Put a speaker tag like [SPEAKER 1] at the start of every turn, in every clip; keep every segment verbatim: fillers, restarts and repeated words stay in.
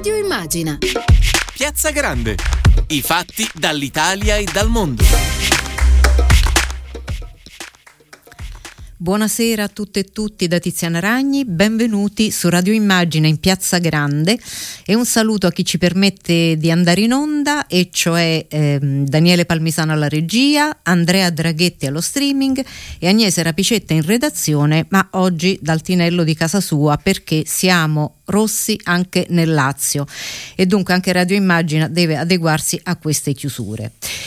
[SPEAKER 1] Radio Immagina.
[SPEAKER 2] Piazza Grande. I fatti dall'Italia e dal mondo.
[SPEAKER 3] Buonasera a tutte e tutti da Tiziana Ragni, benvenuti su Radio Immagina in Piazza Grande e un saluto a chi ci permette di andare in onda, e cioè ehm, Daniele Palmisano alla regia, Andrea Draghetti allo streaming e Agnese Rapicetta in redazione, ma oggi dal tinello di casa sua perché siamo rossi anche nel Lazio e dunque anche Radio Immagina deve adeguarsi a queste chiusure.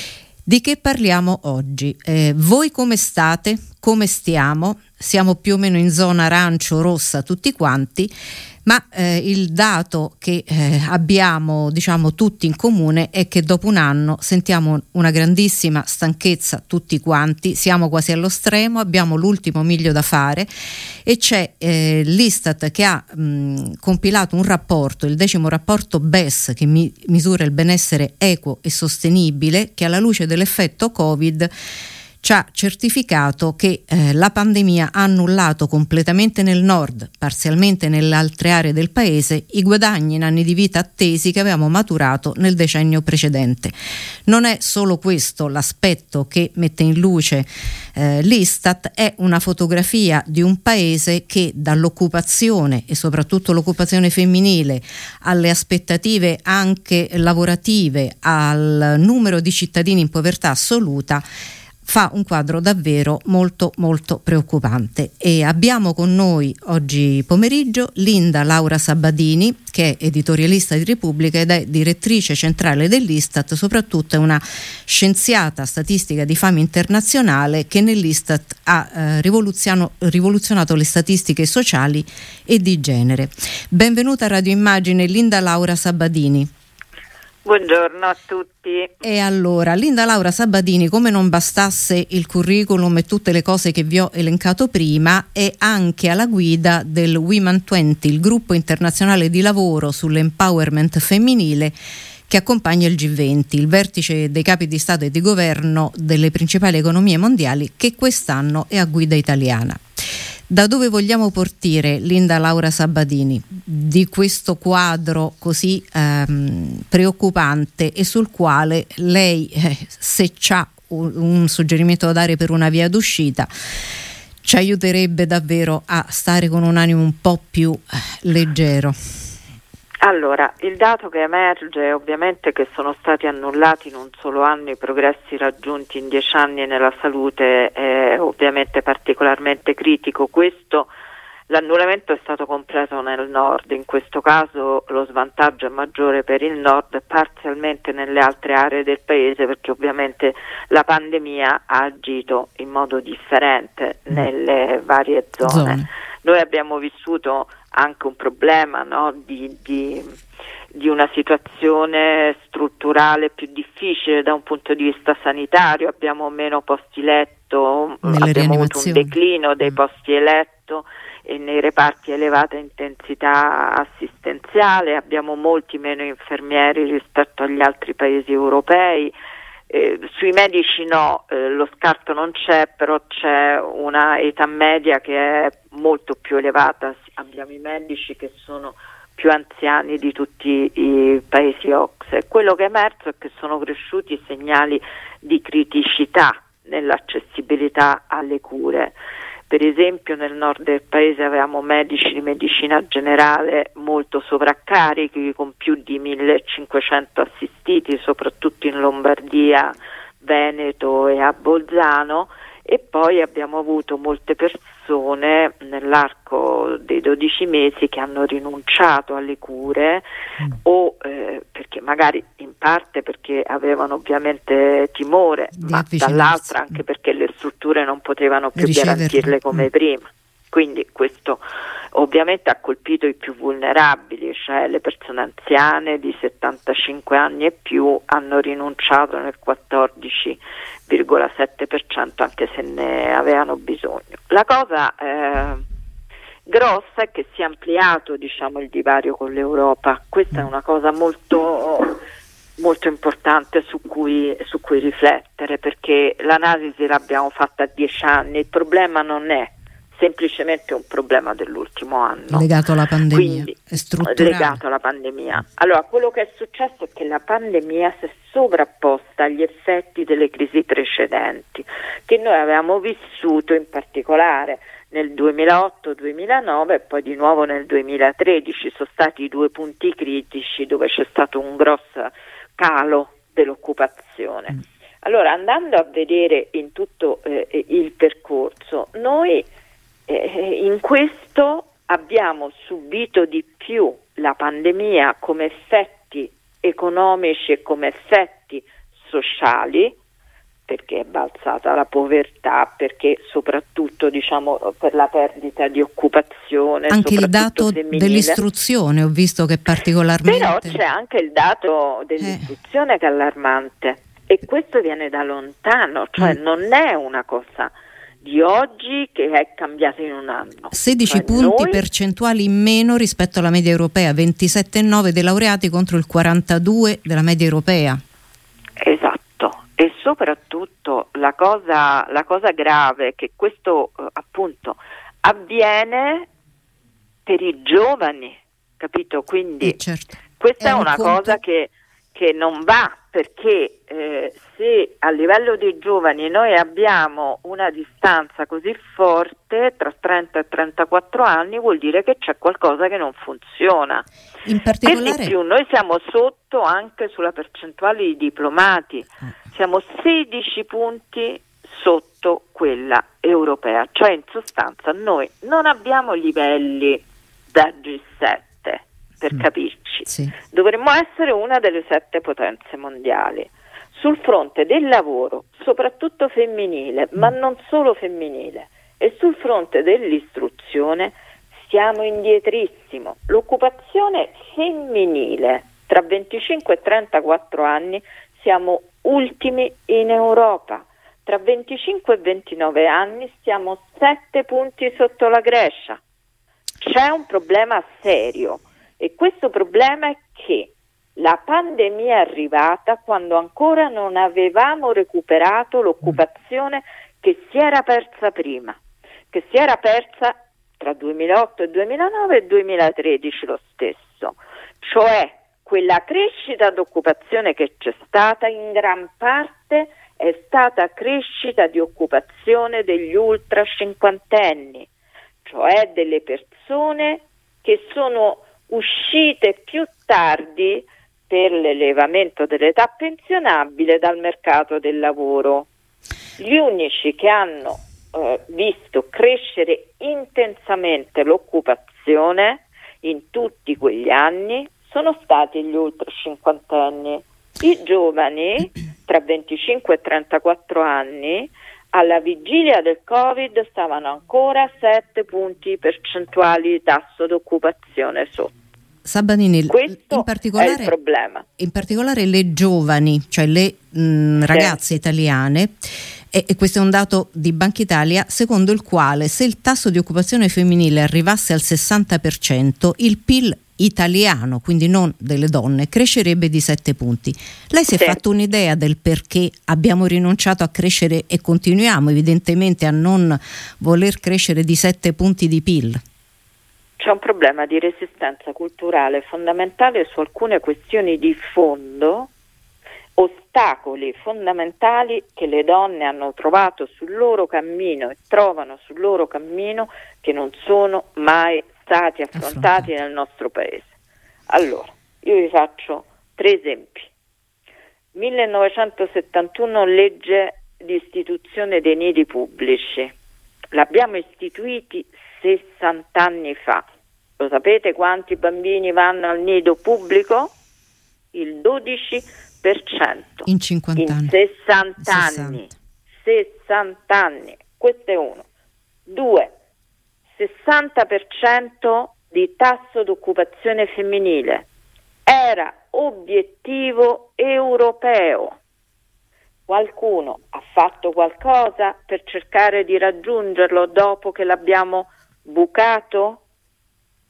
[SPEAKER 3] Di che parliamo oggi? Eh, voi come state? Come stiamo? Siamo più o meno in zona arancio-rossa tutti quanti, ma eh, il dato che eh, abbiamo, diciamo, tutti in comune è che dopo un anno sentiamo una grandissima stanchezza tutti quanti, siamo quasi allo stremo, abbiamo l'ultimo miglio da fare e c'è eh, l'Istat che ha mh, compilato un rapporto, il decimo rapporto B E S, che mi, misura il benessere equo e sostenibile, che alla luce dell'effetto Covid ci ha certificato che eh, la pandemia ha annullato completamente nel nord, parzialmente nelle altre aree del paese, i guadagni in anni di vita attesi che avevamo maturato nel decennio precedente. Non è solo questo l'aspetto che mette in luce eh, l'Istat, è una fotografia di un paese che dall'occupazione e soprattutto l'occupazione femminile alle aspettative anche lavorative, al numero di cittadini in povertà assoluta, fa un quadro davvero molto molto preoccupante. E abbiamo con noi oggi pomeriggio Linda Laura Sabadini, che è editorialista di Repubblica ed è direttrice centrale dell'Istat, soprattutto è una scienziata statistica di fama internazionale che nell'Istat ha eh, rivoluzionato, rivoluzionato le statistiche sociali e di genere. Benvenuta a Radio Immagine Linda Laura Sabadini.
[SPEAKER 4] Buongiorno a tutti.
[SPEAKER 3] E allora, Linda Laura Sabadini, come non bastasse il curriculum e tutte le cose che vi ho elencato prima, è anche alla guida del Women venti, il gruppo internazionale di lavoro sull'empowerment femminile che accompagna il G venti, il vertice dei capi di Stato e di governo delle principali economie mondiali, che quest'anno è a guida italiana. Da dove vogliamo partire, Linda Laura Sabadini, di questo quadro così ehm, preoccupante e sul quale lei, eh, se c'ha un, un suggerimento da dare per una via d'uscita, ci aiuterebbe davvero a stare con un animo un po' più eh, leggero?
[SPEAKER 4] Allora, il dato che emerge è ovviamente che sono stati annullati in un solo anno i progressi raggiunti in dieci anni nella salute, è ovviamente particolarmente critico. Questo, l'annullamento è stato completo nel nord, in questo caso lo svantaggio è maggiore per il nord, parzialmente nelle altre aree del paese, perché ovviamente la pandemia ha agito in modo differente nelle varie zone. zone. Noi abbiamo vissuto anche un problema, no, di, di, di una situazione strutturale più difficile da un punto di vista sanitario, abbiamo meno posti letto,
[SPEAKER 3] Nelle
[SPEAKER 4] abbiamo avuto un declino dei posti letto e nei reparti elevata intensità assistenziale, abbiamo molti meno infermieri rispetto agli altri paesi europei. Eh, sui medici no, eh, lo scarto non c'è, però c'è una età media che è molto più elevata, abbiamo i medici che sono più anziani di tutti i paesi O C S E. Quello che è emerso è che sono cresciuti i segnali di criticità nell'accessibilità alle cure. Per esempio nel nord del paese avevamo medici di medicina generale molto sovraccarichi, con più di millecinquecento assistiti, soprattutto in Lombardia, Veneto e a Bolzano, e poi abbiamo avuto molte persone nell'arco dei dodici mesi che hanno rinunciato alle cure mm. o eh, perché magari in parte perché avevano ovviamente timore, di ma dall'altra anche perché le strutture non potevano più Riceverle. garantirle come mm. prima. Quindi questo ovviamente ha colpito i più vulnerabili, cioè le persone anziane di settantacinque anni e più hanno rinunciato nel quattordici virgola sette per cento anche se ne avevano bisogno. La cosa eh, grossa è che si è ampliato, diciamo, il divario con l'Europa. Questa è una cosa molto molto importante su cui, su cui riflettere, perché l'analisi l'abbiamo fatta a dieci anni. Il problema non è semplicemente un problema dell'ultimo anno.
[SPEAKER 3] Legato alla pandemia,
[SPEAKER 4] Quindi,
[SPEAKER 3] è strutturale.
[SPEAKER 4] Legato alla pandemia. Allora, quello che è successo è che la pandemia si è sovrapposta agli effetti delle crisi precedenti, che noi avevamo vissuto in particolare nel duemilaotto duemilanove e poi di nuovo nel duemilatredici. Sono stati i due punti critici dove c'è stato un grosso calo dell'occupazione. Mm. Allora, andando a vedere in tutto eh, il percorso, noi eh, in questo abbiamo subito di più la pandemia come effetti economici e come effetti sociali, perché è balzata la povertà, perché soprattutto diciamo per la perdita di occupazione.
[SPEAKER 3] Anche il dato
[SPEAKER 4] femminile.
[SPEAKER 3] Dell'istruzione ho visto che particolarmente.
[SPEAKER 4] Però c'è anche il dato dell'istruzione eh. che è allarmante, e questo viene da lontano, cioè mm. non è una cosa di oggi che è cambiata in un anno.
[SPEAKER 3] sedici
[SPEAKER 4] cioè
[SPEAKER 3] punti
[SPEAKER 4] noi...
[SPEAKER 3] percentuali in meno rispetto alla media europea, ventisette virgola nove dei laureati contro il quarantadue della media europea.
[SPEAKER 4] Esatto, e soprattutto la cosa, la cosa grave è che questo eh, appunto avviene per i giovani, capito? Quindi
[SPEAKER 3] eh certo.
[SPEAKER 4] questa è,
[SPEAKER 3] è un
[SPEAKER 4] una
[SPEAKER 3] conto...
[SPEAKER 4] cosa che, che non va, perché eh, se a livello dei giovani noi abbiamo una distanza così forte tra trenta e trentaquattro anni, vuol dire che c'è qualcosa che non funziona.
[SPEAKER 3] In particolare...
[SPEAKER 4] Per di più noi siamo sotto anche sulla percentuale di diplomati, siamo sedici punti sotto quella europea, cioè in sostanza noi non abbiamo livelli da G sette, per mm. capirci.
[SPEAKER 3] Sì.
[SPEAKER 4] Dovremmo essere una delle sette potenze mondiali. Sul fronte del lavoro, soprattutto femminile, mm. ma non solo femminile, e sul fronte dell'istruzione siamo indietrissimo. L'occupazione femminile tra venticinque e trentaquattro anni siamo ultimi in Europa. Tra venticinque e ventinove anni siamo sette punti sotto la Grecia. C'è un problema serio, e questo problema è che la pandemia è arrivata quando ancora non avevamo recuperato l'occupazione che si era persa prima, che si era persa tra duemilaotto e duemilanove e duemilatredici lo stesso, cioè quella crescita d'occupazione che c'è stata in gran parte è stata crescita di occupazione degli ultra cinquantenni, cioè delle persone che sono uscite più tardi per l'elevamento dell'età pensionabile dal mercato del lavoro. Gli unici che hanno eh, visto crescere intensamente l'occupazione in tutti quegli anni sono stati gli ultra cinquantenni. I giovani tra venticinque e trentaquattro anni alla vigilia del Covid stavano ancora a sette punti percentuali di tasso d'occupazione sotto.
[SPEAKER 3] Sabatini,
[SPEAKER 4] questo
[SPEAKER 3] in particolare,
[SPEAKER 4] è il problema.
[SPEAKER 3] In particolare le giovani, cioè le mh, ragazze sì. italiane, e, e questo è un dato di Banca Italia, secondo il quale se il tasso di occupazione femminile arrivasse al sessanta per cento, il P I L italiano, quindi non delle donne, crescerebbe di sette punti. Lei si è sì. fatto un'idea del perché abbiamo rinunciato a crescere e continuiamo evidentemente a non voler crescere di sette punti di P I L?
[SPEAKER 4] C'è un problema di resistenza culturale fondamentale su alcune questioni di fondo, ostacoli fondamentali che le donne hanno trovato sul loro cammino e trovano sul loro cammino, che non sono mai stati affrontati nel nostro paese. Allora, io vi faccio tre esempi. millenovecentosettantuno, legge di istituzione dei nidi pubblici. L'abbiamo istituiti sessanta anni fa. Lo sapete quanti bambini vanno al nido pubblico? Il dodici per cento.
[SPEAKER 3] In cinquanta anni.
[SPEAKER 4] In sessanta anni. sessanta anni. Questo è uno. Due. sessanta per cento di tasso d'occupazione femminile. Era obiettivo europeo. Qualcuno ha fatto qualcosa per cercare di raggiungerlo dopo che l'abbiamo bucato?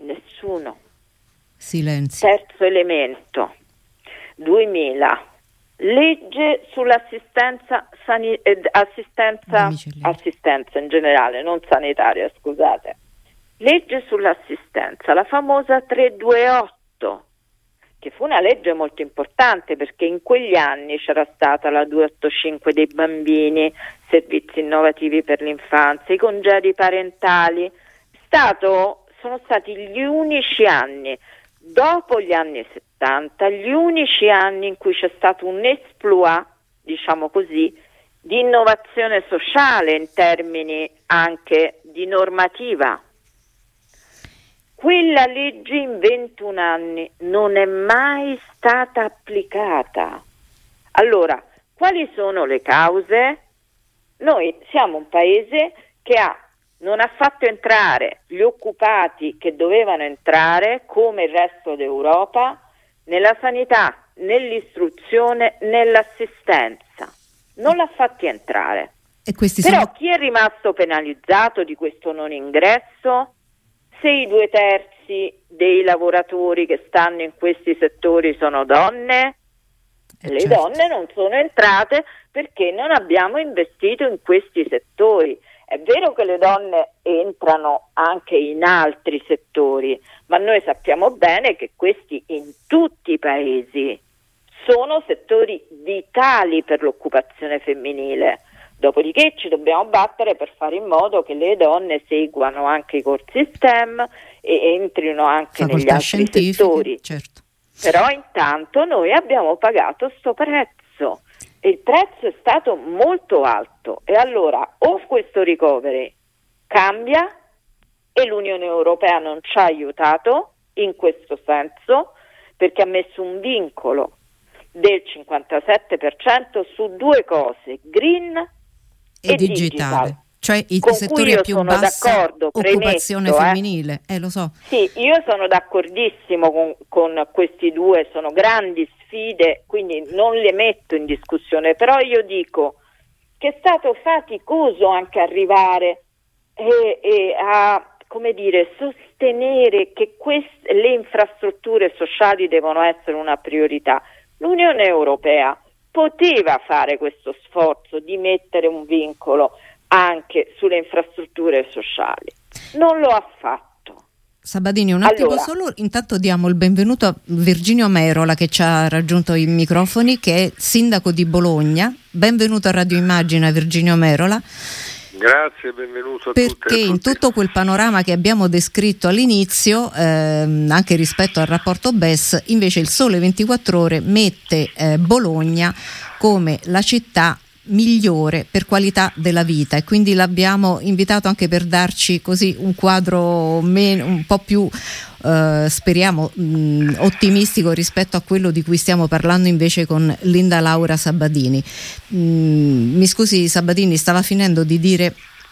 [SPEAKER 4] Nessuno.
[SPEAKER 3] Silenzio.
[SPEAKER 4] Terzo elemento, duemila. legge sull'assistenza sani- eh, assistenza, assistenza in generale, non sanitaria, scusate. Legge sull'assistenza, la famosa trecentoventotto, che fu una legge molto importante perché in quegli anni c'era stata la duecentoottantacinque dei bambini, servizi innovativi per l'infanzia, i congedi parentali. Stato, sono stati gli unici anni, dopo gli anni settanta, gli unici anni in cui c'è stato un exploit, diciamo così, di innovazione sociale in termini anche di normativa. Quella legge in ventuno anni non è mai stata applicata. Allora, quali sono le cause? Noi siamo un paese che ha, non ha fatto entrare gli occupati che dovevano entrare, come il resto d'Europa, nella sanità, nell'istruzione, nell'assistenza. Non l'ha fatti entrare.
[SPEAKER 3] E questi
[SPEAKER 4] Però
[SPEAKER 3] sono...
[SPEAKER 4] chi è rimasto penalizzato di questo non ingresso? Se i due terzi dei lavoratori che stanno in questi settori sono donne,
[SPEAKER 3] eh
[SPEAKER 4] le
[SPEAKER 3] certo.
[SPEAKER 4] donne non sono entrate perché non abbiamo investito in questi settori. È vero che le donne entrano anche in altri settori, ma noi sappiamo bene che questi in tutti i paesi sono settori vitali per l'occupazione femminile. Dopodiché ci dobbiamo battere per fare in modo che le donne seguano anche i corsi STEM e entrino anche
[SPEAKER 3] facoltà
[SPEAKER 4] negli altri settori.
[SPEAKER 3] Certo.
[SPEAKER 4] Però intanto noi abbiamo pagato sto prezzo e il prezzo è stato molto alto. E allora o questo recovery cambia e l'Unione Europea non ci ha aiutato in questo senso, perché ha messo un vincolo del cinquantasette per cento su due cose, green
[SPEAKER 3] e,
[SPEAKER 4] e
[SPEAKER 3] digitale.
[SPEAKER 4] digital.
[SPEAKER 3] Cioè i
[SPEAKER 4] con
[SPEAKER 3] settori
[SPEAKER 4] cui io
[SPEAKER 3] a più
[SPEAKER 4] sono
[SPEAKER 3] bassa
[SPEAKER 4] d'accordo,
[SPEAKER 3] occupazione
[SPEAKER 4] premetto,
[SPEAKER 3] femminile, eh. eh lo so.
[SPEAKER 4] Sì, io sono d'accordissimo con, con questi due, sono grandi sfide, quindi non le metto in discussione, però io dico che è stato faticoso anche arrivare e, e a, come dire, sostenere che queste, le infrastrutture sociali devono essere una priorità. L'Unione Europea poteva fare questo sforzo di mettere un vincolo anche sulle infrastrutture sociali, non lo ha fatto.
[SPEAKER 3] Sabadini, un attimo
[SPEAKER 4] allora,
[SPEAKER 3] solo, intanto diamo il benvenuto a Virginio Merola che ci ha raggiunto i microfoni, che è sindaco di Bologna. Benvenuto a Radio Immagine, Virginio Merola.
[SPEAKER 1] Grazie, benvenuto a
[SPEAKER 3] Perché
[SPEAKER 1] tutte e a tutti.
[SPEAKER 3] in tutto quel panorama che abbiamo descritto all'inizio, ehm, anche rispetto al rapporto B E S, invece il Sole ventiquattro Ore mette eh, Bologna come la città migliore per qualità della vita, e quindi l'abbiamo invitato anche per darci così un quadro meno, un po' più eh, speriamo mh, ottimistico rispetto a quello di cui stiamo parlando invece con Linda Laura Sabadini. Mh, mi scusi Sabadini, stava finendo di dire?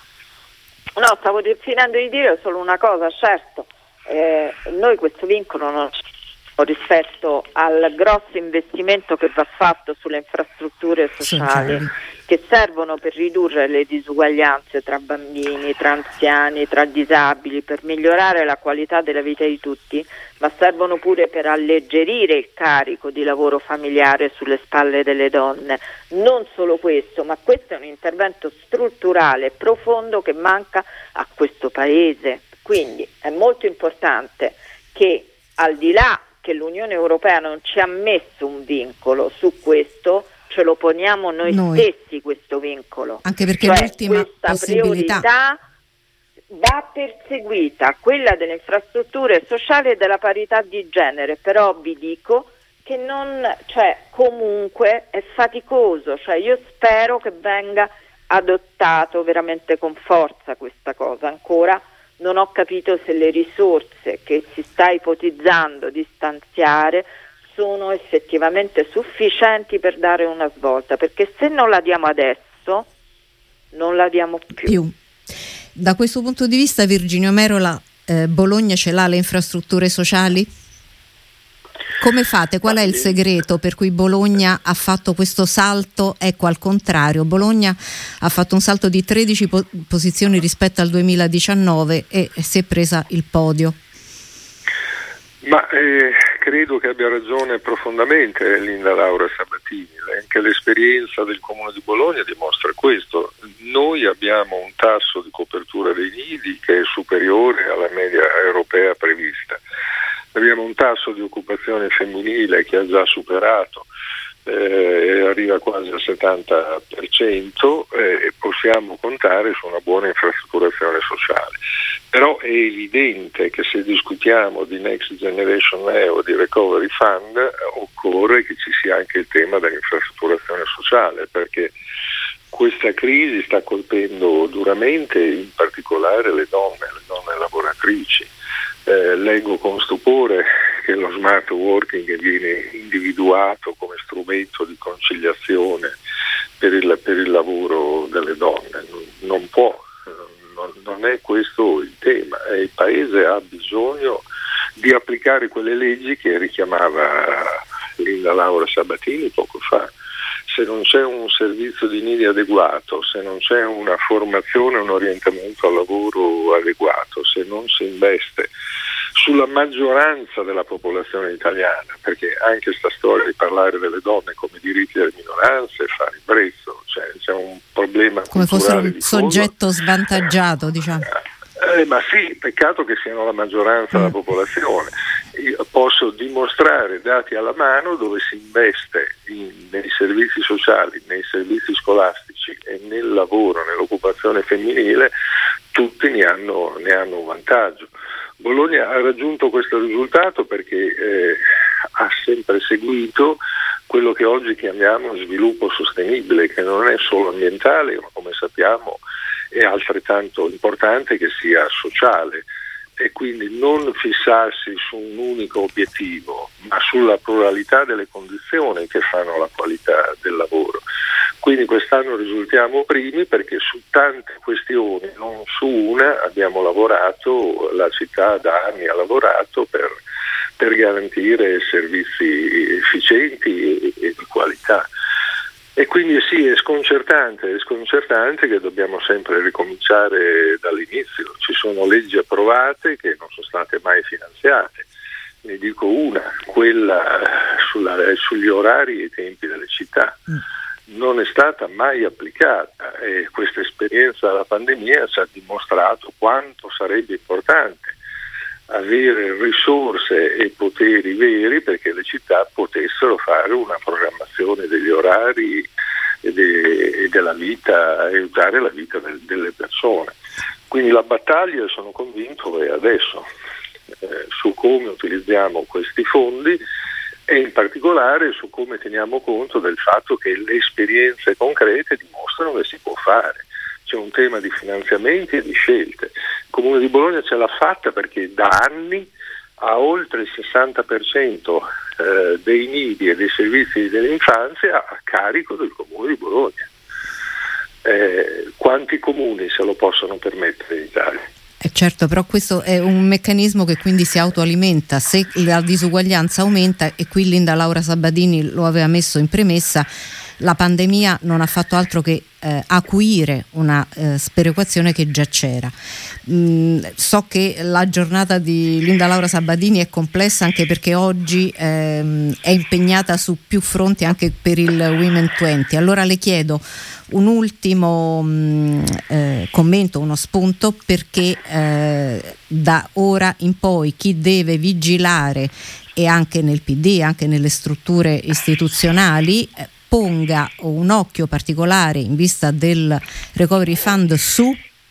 [SPEAKER 4] No, stavo finendo di dire solo una cosa, certo, eh, noi questo vincolo non rispetto al grosso investimento che va fatto sulle infrastrutture sociali, sociali che servono per ridurre le disuguaglianze tra bambini, tra anziani, tra disabili, per migliorare la qualità della vita di tutti, ma servono pure per alleggerire il carico di lavoro familiare sulle spalle delle donne. Non solo questo, ma questo è un intervento strutturale profondo che manca a questo Paese. Quindi è molto importante che, al di là che l'Unione Europea non ci ha messo un vincolo su questo, ce lo poniamo noi, noi. stessi questo vincolo.
[SPEAKER 3] Anche perché
[SPEAKER 4] cioè,
[SPEAKER 3] l'ultima
[SPEAKER 4] questa
[SPEAKER 3] possibilità
[SPEAKER 4] priorità va perseguita, quella delle infrastrutture sociali e della parità di genere, però vi dico che non, cioè comunque è faticoso, cioè io spero che venga adottato veramente con forza questa cosa. Ancora non ho capito se le risorse che si sta ipotizzando di stanziare sono effettivamente sufficienti per dare una svolta, perché se non la diamo adesso non la diamo più.
[SPEAKER 3] più. Da questo punto di vista, Virginio Merola, eh, Bologna ce l'ha le infrastrutture sociali? Come fate? Qual è il segreto per cui Bologna ha fatto questo salto? Ecco, al contrario, Bologna ha fatto un salto di tredici po- posizioni rispetto al duemiladiciannove e si è presa il podio.
[SPEAKER 1] Ma eh, credo che abbia ragione profondamente Linda Laura Sabatini, anche l'esperienza del Comune di Bologna dimostra questo. Noi abbiamo un tasso di copertura dei nidi che è superiore alla media europea prevista, abbiamo un tasso di occupazione femminile che ha già superato Eh, arriva quasi al settanta per cento eh, e possiamo contare su una buona infrastrutturazione sociale. Però è evidente che se discutiamo di Next Generation E U o di Recovery Fund eh, occorre che ci sia anche il tema dell'infrastrutturazione sociale, perché questa crisi sta colpendo duramente in particolare le donne, le donne lavoratrici. Eh, leggo con stupore che lo smart working viene individuato come strumento di conciliazione per il, per il lavoro delle donne. Non, non può, non, non è questo il tema. Il Paese ha bisogno di applicare quelle leggi che richiamava Linda Laura Sabatini poco fa. Se non c'è un servizio di nidi adeguato, se non c'è una formazione, un orientamento al lavoro adeguato, se non si investe sulla maggioranza della popolazione italiana, perché anche sta storia di parlare delle donne come diritti delle minoranze fa ribrezzo, cioè c'è un problema
[SPEAKER 3] come fosse un
[SPEAKER 1] di
[SPEAKER 3] soggetto svantaggiato, diciamo.
[SPEAKER 1] Eh, ma sì, peccato che siano la maggioranza della popolazione. Io posso dimostrare dati alla mano dove si investe in, nei servizi sociali, nei servizi scolastici e nel lavoro, nell'occupazione femminile, tutti ne hanno, ne hanno un vantaggio. Bologna ha raggiunto questo risultato perché eh, ha sempre seguito quello che oggi chiamiamo sviluppo sostenibile, che non è solo ambientale, ma come sappiamo è altrettanto importante che sia sociale, e quindi non fissarsi su un unico obiettivo, ma sulla pluralità delle condizioni che fanno la qualità del lavoro. Quindi quest'anno risultiamo primi perché su tante questioni, non su una, abbiamo lavorato, la città da anni ha lavorato per, per garantire servizi efficienti e, e di qualità. E quindi sì, è sconcertante, è sconcertante che dobbiamo sempre ricominciare dall'inizio. Ci sono leggi approvate che non sono state mai finanziate. Ne dico una, quella sulla, sugli orari e i tempi delle città. Non è stata mai applicata e questa esperienza della pandemia ci ha dimostrato quanto sarebbe importante avere risorse e poteri veri perché le città potessero fare una programmazione degli orari e, de, e della vita, aiutare la vita del, delle persone. Quindi la battaglia, sono convinto, è adesso eh, su come utilizziamo questi fondi e in particolare su come teniamo conto del fatto che le esperienze concrete dimostrano che si può fare. C'è un tema di finanziamenti e di scelte. Il Comune di Bologna ce l'ha fatta perché da anni ha oltre il sessanta per cento eh, dei nidi e dei servizi dell'infanzia a carico del Comune di Bologna. Eh, quanti comuni se lo possono permettere in Italia?
[SPEAKER 3] Eh certo, però questo è un meccanismo che quindi si autoalimenta. Se la disuguaglianza aumenta, e qui Linda Laura Sabatini lo aveva messo in premessa, la pandemia non ha fatto altro che eh, acuire una eh, sperequazione che già c'era. Mm, so che la giornata di Linda Laura Sabatini è complessa anche perché oggi ehm, è impegnata su più fronti anche per il Women venti. Allora le chiedo un ultimo mh, eh, commento, uno spunto, perché eh, da ora in poi chi deve vigilare, e anche nel P D, anche nelle strutture istituzionali, eh, ponga un occhio particolare in vista del Recovery Fund su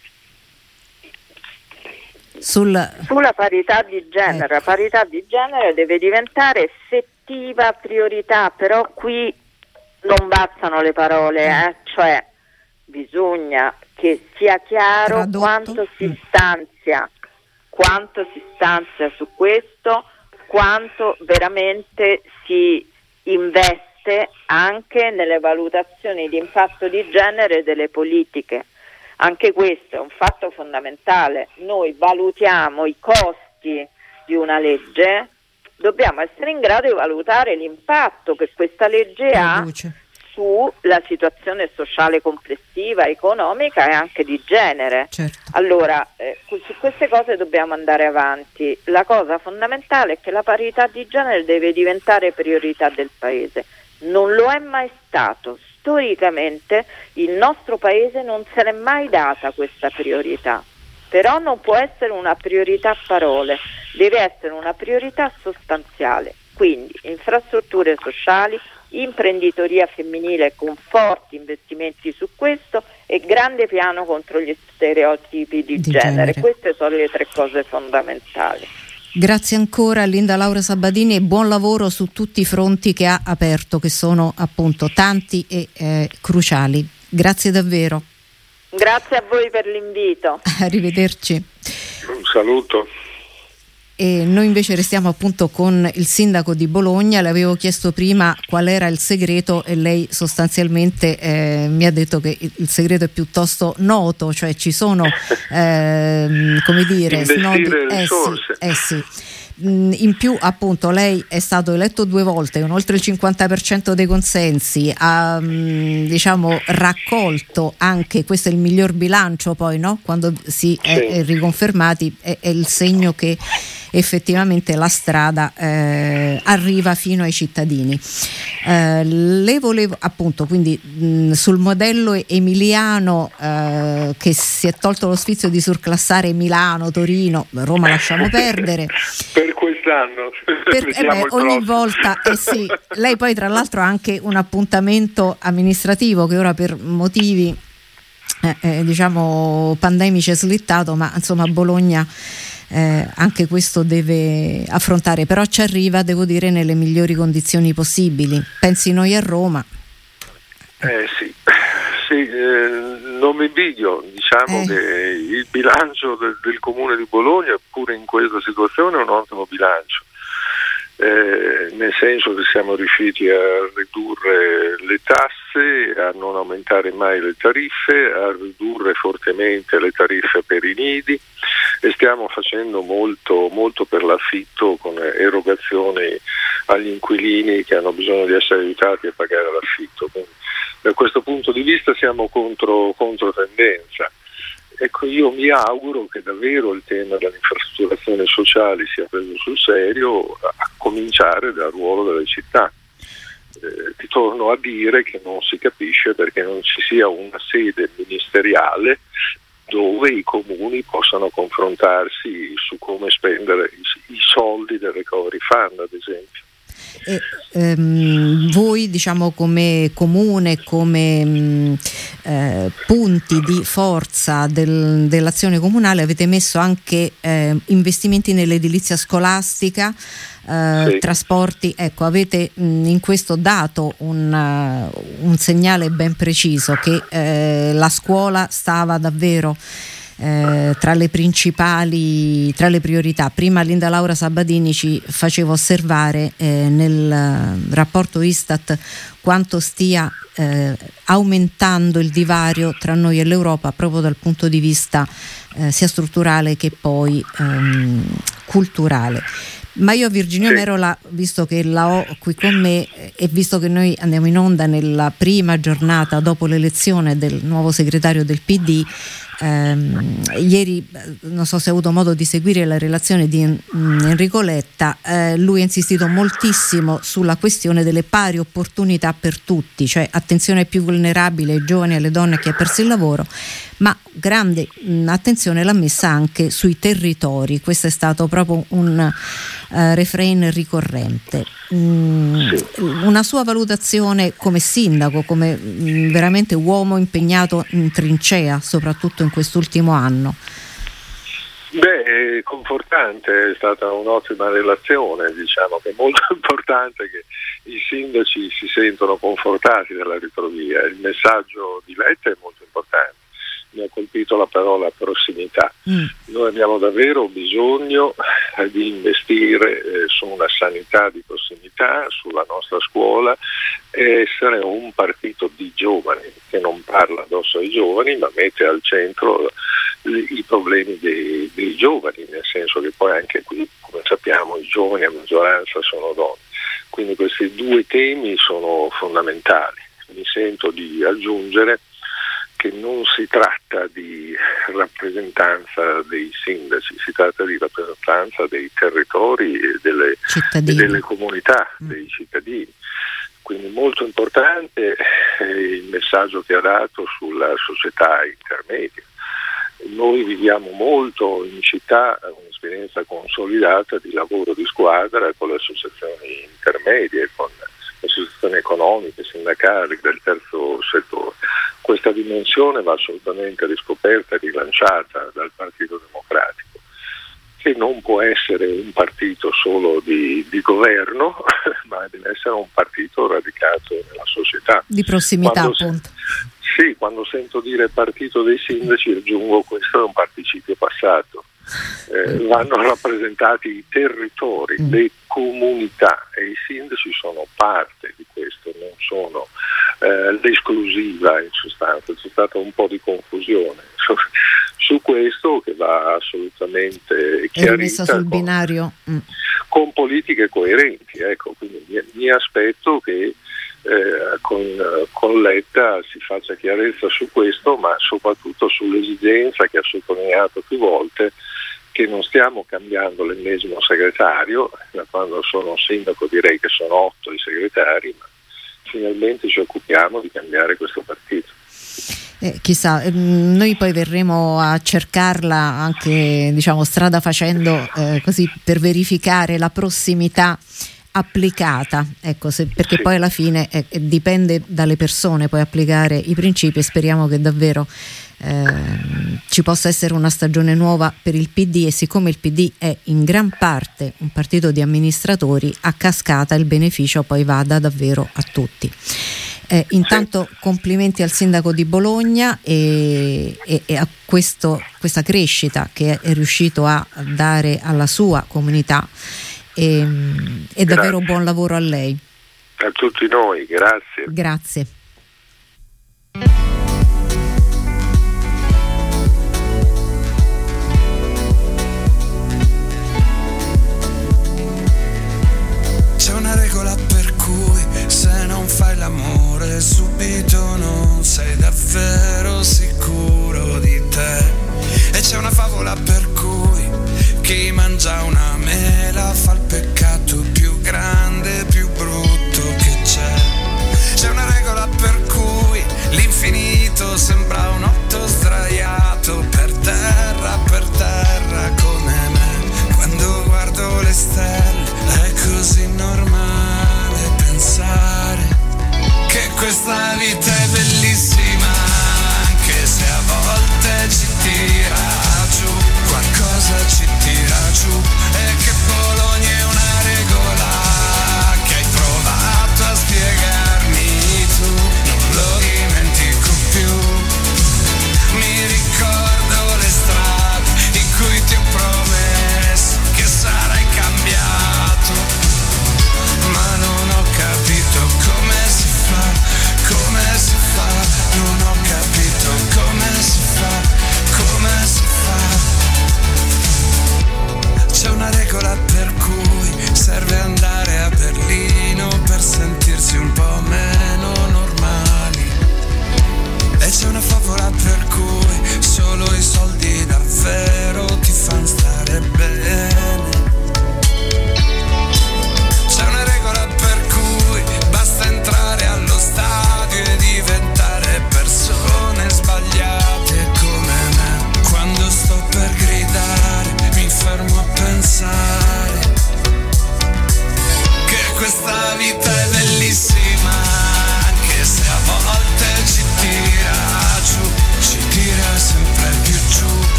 [SPEAKER 3] sul...
[SPEAKER 4] sulla parità di genere.
[SPEAKER 3] Ecco.
[SPEAKER 4] La parità di genere deve diventare effettiva priorità, però qui non bastano le parole, eh? Cioè bisogna che sia chiaro
[SPEAKER 3] Tradotto.
[SPEAKER 4] quanto si stanzia, quanto si stanzia su questo, quanto veramente si investe anche nelle valutazioni di impatto di genere delle politiche. Anche questo è un fatto fondamentale. Noi valutiamo i costi di una legge, dobbiamo essere in grado di valutare l'impatto che questa legge ha sulla situazione sociale complessiva, economica e anche di genere.
[SPEAKER 3] Certo.
[SPEAKER 4] Allora, eh, su queste cose dobbiamo andare avanti. La cosa fondamentale è che la parità di genere deve diventare priorità del Paese. Non lo è mai stato. Storicamente il nostro Paese non se l'è mai data questa priorità. Però non può essere una priorità a parole, deve essere una priorità sostanziale. Quindi infrastrutture sociali, imprenditoria femminile con forti investimenti su questo e grande piano contro gli stereotipi di, di genere. genere. Queste sono le tre cose fondamentali.
[SPEAKER 3] Grazie ancora Linda Laura Sabbadini e buon lavoro su tutti i fronti che ha aperto, che sono appunto tanti e eh, cruciali. Grazie davvero.
[SPEAKER 4] Grazie a voi per l'invito.
[SPEAKER 3] Arrivederci.
[SPEAKER 1] Un saluto.
[SPEAKER 3] E noi invece restiamo appunto con il sindaco di Bologna. Le avevo chiesto prima qual era il segreto e lei sostanzialmente eh, mi ha detto che il segreto è piuttosto noto, cioè ci sono eh, come dire snodi, eh sì, eh sì. In più appunto lei è stato eletto due volte con oltre il cinquanta per cento dei consensi, ha diciamo raccolto anche, questo è il miglior bilancio poi, no? Quando si è, è riconfermati è, è il segno che effettivamente la strada eh, arriva fino ai cittadini. Eh, le volevo appunto quindi mh, sul modello emiliano eh, che si è tolto lo sfizio di surclassare Milano, Torino, Roma lasciamo perdere.
[SPEAKER 1] Per quest'anno
[SPEAKER 3] per, eh beh, ogni volta eh sì, lei poi tra l'altro ha anche un appuntamento amministrativo che ora per motivi eh, eh, diciamo pandemici è slittato, ma insomma a Bologna Eh, anche questo deve affrontare, però ci arriva, devo dire, nelle migliori condizioni possibili. Pensi noi a Roma.
[SPEAKER 1] Eh sì, sì eh, non mi invidio, diciamo eh. che il bilancio del, del comune di Bologna, pure in questa situazione, è un ottimo bilancio. Eh, nel senso che siamo riusciti a ridurre le tasse, a non aumentare mai le tariffe, a ridurre fortemente le tariffe per i nidi e stiamo facendo molto, molto per l'affitto con erogazioni agli inquilini che hanno bisogno di essere aiutati a pagare l'affitto. Quindi, da questo punto di vista siamo contro, contro tendenza. Ecco, io mi auguro che davvero il tema delle infrastrutturazioni sociali sia preso sul serio, a cominciare dal ruolo delle città. Eh, ti torno a dire che non si capisce perché non ci sia una sede ministeriale dove i comuni possano confrontarsi su come spendere i, i soldi del Recovery Fund, ad esempio.
[SPEAKER 3] E, ehm, voi diciamo come comune, come mh, eh, punti di forza del, dell'azione comunale avete messo anche eh, investimenti nell'edilizia scolastica, eh, sì. trasporti, ecco, avete mh, in questo dato un, uh, un segnale ben preciso che eh, la scuola stava davvero Eh, tra le principali, tra le priorità. Prima Linda Laura Sabbadini ci faceva osservare eh, nel rapporto Istat quanto stia eh, aumentando il divario tra noi e l'Europa proprio dal punto di vista eh, sia strutturale che poi ehm, culturale. Ma io Virginia Merola, visto che la ho qui con me e visto che noi andiamo in onda nella prima giornata dopo l'elezione del nuovo segretario del P D, ehm, ieri non so se hai avuto modo di seguire la relazione di Enrico Letta, eh, lui ha insistito moltissimo sulla questione delle pari opportunità per tutti, cioè attenzione ai più vulnerabili, ai giovani, alle donne, a chi ha perso il lavoro, ma grande mh, attenzione l'ha messa anche sui territori. Questo è stato proprio un Uh, refrain ricorrente. Mm, sì. Una sua valutazione come sindaco, come mm, veramente uomo impegnato in trincea, soprattutto in quest'ultimo anno.
[SPEAKER 1] Beh, è confortante, è stata un'ottima relazione, diciamo che è molto importante che i sindaci si sentono confortati dalla retrovia. Il messaggio di Letta è molto importante. Mi ha colpito la parola prossimità. Mm. Noi abbiamo davvero bisogno di investire eh, su una sanità di prossimità, sulla nostra scuola e essere un partito di giovani che non parla addosso ai giovani ma mette al centro i problemi dei, dei giovani, nel senso che poi anche qui, come sappiamo, i giovani a maggioranza sono donne. Quindi questi due temi sono fondamentali. mi sento di aggiungere che non si tratta di rappresentanza dei sindaci, si tratta di rappresentanza dei territori e delle, e delle comunità, mm. dei cittadini. Quindi molto importante è il messaggio che ha dato sulla società intermedia. Noi viviamo molto in città un'esperienza consolidata di lavoro di squadra con le associazioni intermedie, con le associazioni economiche, sindacali, del terzo settore. Questa dimensione va assolutamente riscoperta e rilanciata dal Partito Democratico, che non può essere un partito solo di, di governo, ma deve essere un partito radicato nella società.
[SPEAKER 3] Di prossimità,
[SPEAKER 1] quando
[SPEAKER 3] appunto.
[SPEAKER 1] Se, sì, quando sento dire partito dei sindaci, aggiungo questo è un participio passato. Eh, vanno rappresentati i territori, mm. le comunità, e i sindaci sono parte di questo, non sono eh, l'esclusiva in sostanza. C'è stata un po' di confusione su, su questo che va assolutamente chiarita
[SPEAKER 3] sul
[SPEAKER 1] con,
[SPEAKER 3] binario. Mm.
[SPEAKER 1] con politiche coerenti. Ecco, quindi mi, mi aspetto che Eh, con, con Letta si faccia chiarezza su questo, ma soprattutto sull'esigenza che ha sottolineato più volte che non stiamo cambiando l'ennesimo segretario. Da quando sono sindaco direi che sono otto i segretari, ma finalmente ci occupiamo di cambiare questo partito.
[SPEAKER 3] Eh, chissà, ehm, noi poi verremo a cercarla anche, diciamo, strada facendo, eh, così per verificare la prossimità applicata, ecco, se, perché sì. poi alla fine eh, dipende dalle persone poi applicare i principi, e speriamo che davvero eh, ci possa essere una stagione nuova per il P D, e siccome il P D è in gran parte un partito di amministratori, a cascata il beneficio poi vada davvero a tutti. Eh, intanto complimenti al sindaco di Bologna e, e, e a questo, questa crescita che è riuscito a dare alla sua comunità. E, e davvero buon lavoro a lei.
[SPEAKER 1] A tutti noi, grazie.
[SPEAKER 3] Grazie.
[SPEAKER 5] C'è una regola per cui se non fai l'amore subito non sei davvero sicuro di te, e c'è una favola per cui chi mangia una mela fa il peccato più grande, più brutto che c'è. C'è una regola per cui l'infinito sembra un otto sdraiato per terra, per terra come me. Quando guardo le stelle è così normale pensare che questa vita è bellissima, anche se a volte ci tira giù, qualcosa ci tira giù, e che Bologna è una regola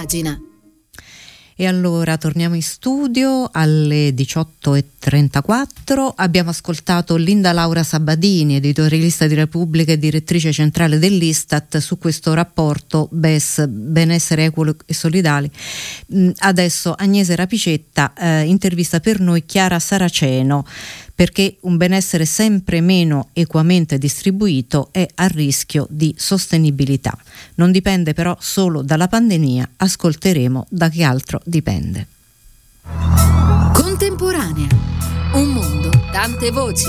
[SPEAKER 6] Immagina.
[SPEAKER 3] E allora torniamo in studio alle diciotto e trentaquattro. Abbiamo ascoltato Linda Laura Sabadini, editorialista di Repubblica e direttrice centrale dell'Istat, su questo rapporto B E S, benessere equo e solidale. Adesso Agnese Rapicetta eh, intervista per noi Chiara Saraceno, perché un benessere sempre meno equamente distribuito è a rischio di sostenibilità. Non dipende però solo dalla pandemia, ascolteremo da che altro dipende.
[SPEAKER 6] Contemporanea, un mondo, tante voci.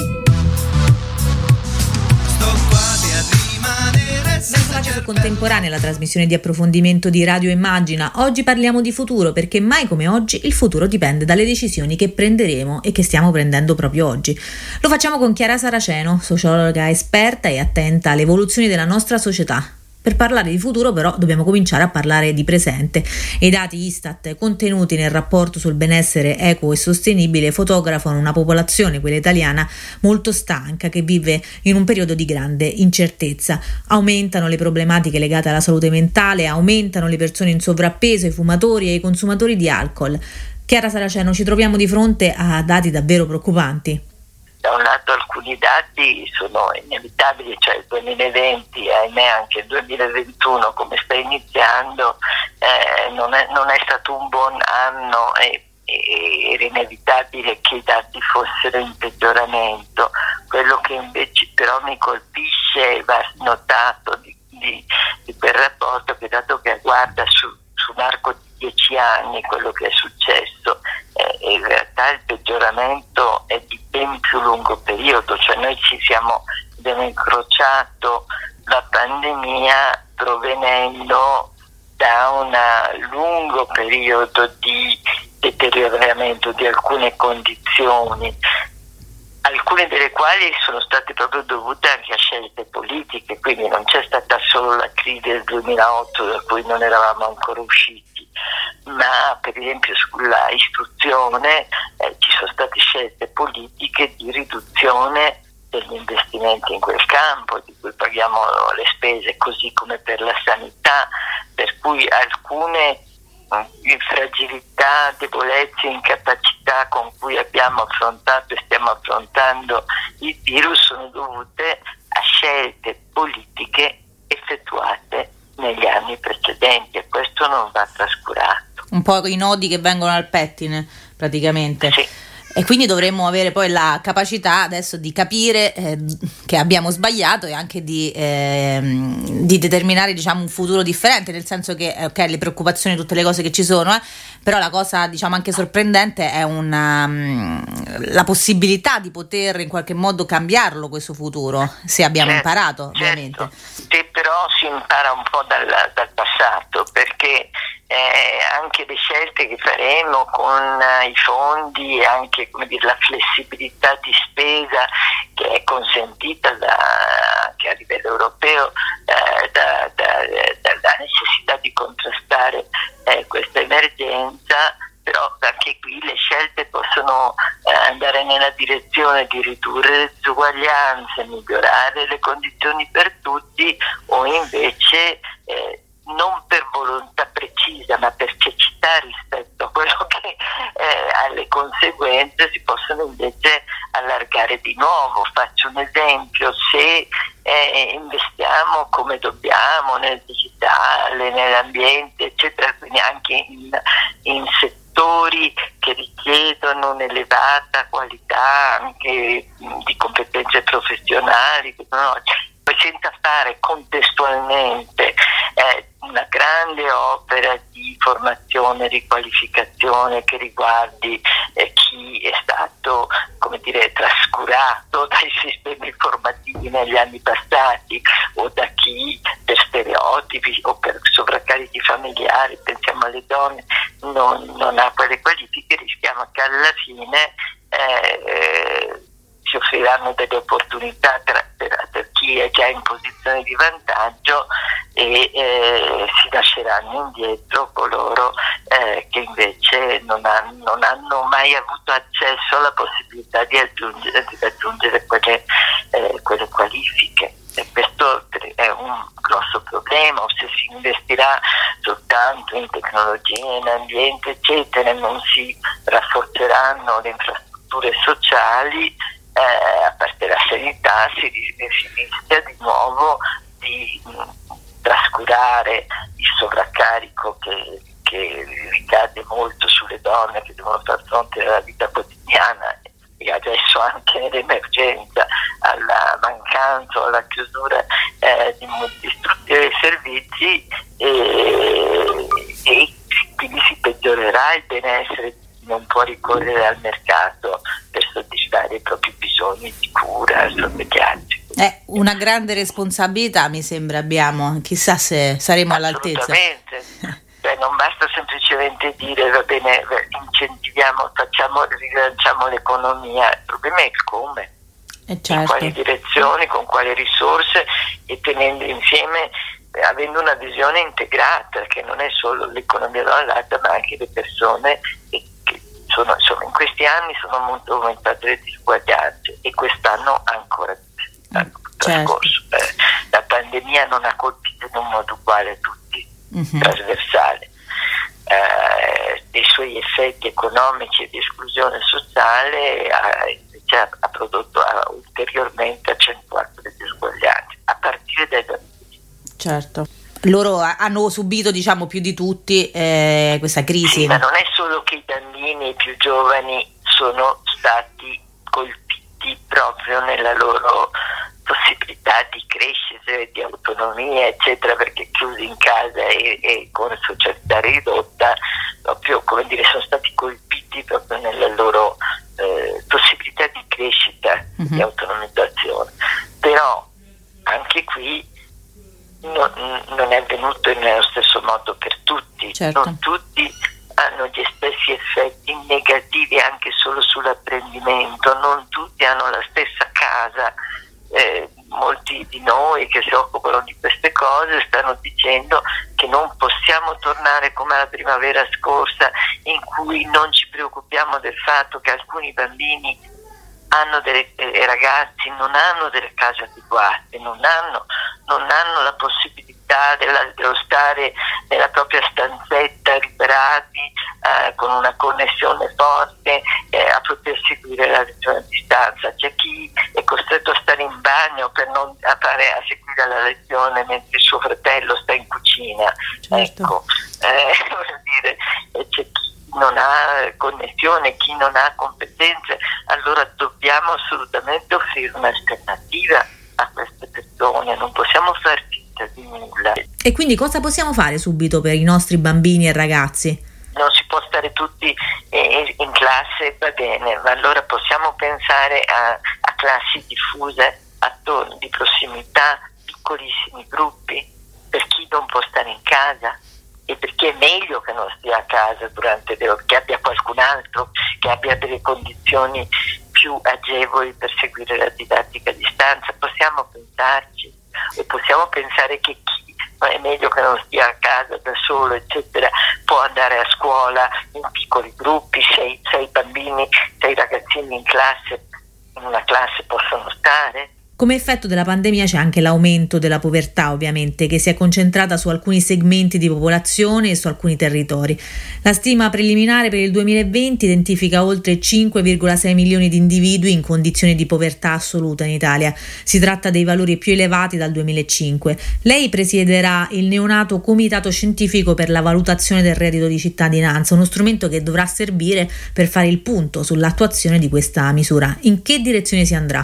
[SPEAKER 7] Sto quasi a rimanere.
[SPEAKER 8] Bentornati su Contemporanea, la trasmissione di approfondimento di Radio Immagina. Oggi parliamo di futuro, perché mai come oggi il futuro dipende dalle decisioni che prenderemo e che stiamo prendendo proprio oggi. Lo facciamo con Chiara Saraceno, sociologa esperta e attenta alle evoluzioni della nostra società. Per parlare di futuro però dobbiamo cominciare a parlare di presente e i dati Istat contenuti nel rapporto sul benessere equo e sostenibile fotografano una popolazione, quella italiana, molto stanca, che vive in un periodo di grande incertezza. Aumentano le problematiche legate alla salute mentale, aumentano le persone in sovrappeso, i fumatori e i consumatori di alcol. Chiara Saraceno, ci troviamo di fronte a dati davvero preoccupanti.
[SPEAKER 9] Da un lato alcuni dati sono inevitabili, cioè il duemilaventi e ahimè anche il duemilaventuno come sta iniziando eh, non, è, non è stato un buon anno e, e era inevitabile che i dati fossero in peggioramento. Quello che invece però mi colpisce e va notato di, di, di quel rapporto, che dato che guarda su, su un arco di dieci anni quello che è successo, eh, in realtà il peggioramento è di ben più lungo periodo, cioè noi ci siamo abbiamo incrociato la pandemia provenendo da un lungo periodo di deterioramento di alcune condizioni, alcune delle quali sono state proprio dovute anche a scelte politiche, quindi non c'è stata solo la crisi del duemilaotto da cui non eravamo ancora usciti, ma per esempio sulla istruzione eh, ci sono state scelte politiche di riduzione degli investimenti in quel campo, di cui paghiamo le spese, così come per la sanità, per cui alcune fragilità, debolezze, incapacità con cui abbiamo affrontato e stiamo affrontando il virus sono dovute a scelte politiche effettuate negli anni precedenti, e questo non va trascurato.
[SPEAKER 8] Un po' i nodi che vengono al pettine praticamente.
[SPEAKER 9] Sì.
[SPEAKER 8] E quindi dovremmo avere poi la capacità adesso di capire eh, che abbiamo sbagliato e anche di, eh, di determinare, diciamo, un futuro differente, nel senso che ok, le preoccupazioni, tutte le cose che ci sono, eh, però la cosa, diciamo, anche sorprendente è una, um, la possibilità di poter in qualche modo cambiarlo questo futuro, se abbiamo certo, imparato ovviamente.
[SPEAKER 9] Certo. Sì, però si impara un po' dal, dal passato, perché Eh, anche le scelte che faremo con eh, i fondi e anche, come dire, la flessibilità di spesa che è consentita da, anche a livello europeo eh, da, da, dalla necessità di contrastare eh, questa emergenza, però anche qui le scelte possono eh, andare nella direzione di ridurre le disuguaglianze, migliorare le condizioni per tutti, o invece eh, non per volontà precisa ma per cecità rispetto a quello che eh, alle conseguenze si possono invece allargare di nuovo. Faccio un esempio: se eh, investiamo come dobbiamo nel digitale, nell'ambiente eccetera, quindi anche in, in settori che richiedono un'elevata qualità anche di competenze professionali, no? Poi senza fare contestualmente eh, una grande opera di formazione, riqualificazione che riguardi eh, chi è stato, come dire, trascurato dai sistemi formativi negli anni passati, o da chi per stereotipi o per sovraccarichi familiari, pensiamo alle donne, non, non ha quelle qualifiche, rischiamo che alla fine eh, eh, si offriranno delle opportunità per, per, per chi è già in posizione di vantaggio e eh, si lasceranno indietro coloro eh, che invece non hanno, non hanno mai avuto accesso alla possibilità di aggiungere, di raggiungere quelle, eh, quelle qualifiche. E questo è un grosso problema. O se si investirà soltanto in tecnologie ambiente eccetera, non si rafforzeranno le infrastrutture sociali, eh, a parte la sanità, si, si rischia di nuovo di mh, trascurare il sovraccarico che, che ricade molto sulle donne che devono far fronte alla vita quotidiana e adesso anche nell'emergenza alla mancanza o alla chiusura eh, di molti strutture e servizi, e, e quindi si peggiorerà il benessere, non può ricorrere al mercato per soddisfare i propri bisogni di cura, sorveglianza.
[SPEAKER 8] È una grande responsabilità, mi sembra, abbiamo, chissà se saremo all'altezza.
[SPEAKER 9] Assolutamente. Beh, non basta semplicemente dire va bene, incentiviamo, facciamo, rilanciamo l'economia, il problema è il come,
[SPEAKER 8] eh certo.
[SPEAKER 9] in quali direzioni, con quali risorse, e tenendo insieme, avendo una visione integrata che non è solo l'economia da un lato ma anche le persone, e che sono, insomma, in questi anni sono molto aumentate le disuguaglianze e quest'anno ancora di più.
[SPEAKER 8] Certo.
[SPEAKER 9] Eh, la pandemia non ha colpito in un modo uguale a tutti, uh-huh. trasversale, eh, dei suoi effetti economici e di esclusione sociale ha, invece ha, ha prodotto ha ulteriormente accentuato le disuguaglianze a partire dai bambini.
[SPEAKER 8] Certo, loro hanno subito, diciamo, più di tutti eh, questa crisi.
[SPEAKER 9] Sì, ma non è solo che i bambini, i più giovani, sono stati colpiti proprio nella loro possibilità di crescere, di autonomia eccetera, perché chiusi in casa e, e con socialità ridotta, proprio, come dire, sono stati colpiti proprio nella loro eh, possibilità di crescita, uh-huh. di autonomizzazione. Però anche qui non, non è avvenuto nello stesso modo per tutti,
[SPEAKER 8] certo.
[SPEAKER 9] non tutti hanno gli stessi effetti negativi anche solo sull'apprendimento, non tutti hanno la stessa casa. Eh, molti di noi che si occupano di queste cose stanno dicendo che non possiamo tornare come la primavera scorsa, in cui non ci preoccupiamo del fatto che alcuni bambini hanno delle, eh, ragazzi non hanno delle case adeguate, non hanno, non hanno la possibilità della, dello stare nella propria stanzetta riparati eh, con una connessione forte eh, a poter seguire la lezione a distanza. C'è chi è costretto a stare in bagno per non a fare, a seguire la lezione mentre il suo fratello sta in cucina.
[SPEAKER 8] Certo.
[SPEAKER 9] Ecco, eh, vuol dire, c'è chi non ha connessione, chi non ha competenze, allora dobbiamo assolutamente offrire un'alternativa a queste persone, non possiamo far finta di nulla.
[SPEAKER 8] E quindi cosa possiamo fare subito per i nostri bambini e ragazzi?
[SPEAKER 9] Non si può stare tutti eh, in classe, va bene, ma allora possiamo pensare a, a classi diffuse, attorno, di prossimità, piccolissimi gruppi, per chi non può stare in casa. E perché è meglio che non stia a casa durante le ore, che abbia qualcun altro, che abbia delle condizioni più agevoli per seguire la didattica a distanza. Possiamo pensarci, e possiamo pensare che chi è meglio che non stia a casa da solo, eccetera, può andare a scuola in piccoli gruppi, sei, sei bambini, sei ragazzini in classe, in una classe possono stare.
[SPEAKER 8] Come effetto della pandemia c'è anche l'aumento della povertà, ovviamente, che si è concentrata su alcuni segmenti di popolazione e su alcuni territori. La stima preliminare per il duemilaventi identifica oltre cinque virgola sei milioni di individui in condizioni di povertà assoluta in Italia. Si tratta dei valori più elevati dal duemilacinque. Lei presiederà il neonato Comitato Scientifico per la valutazione del reddito di cittadinanza, uno strumento che dovrà servire per fare il punto sull'attuazione di questa misura. In che direzione si andrà?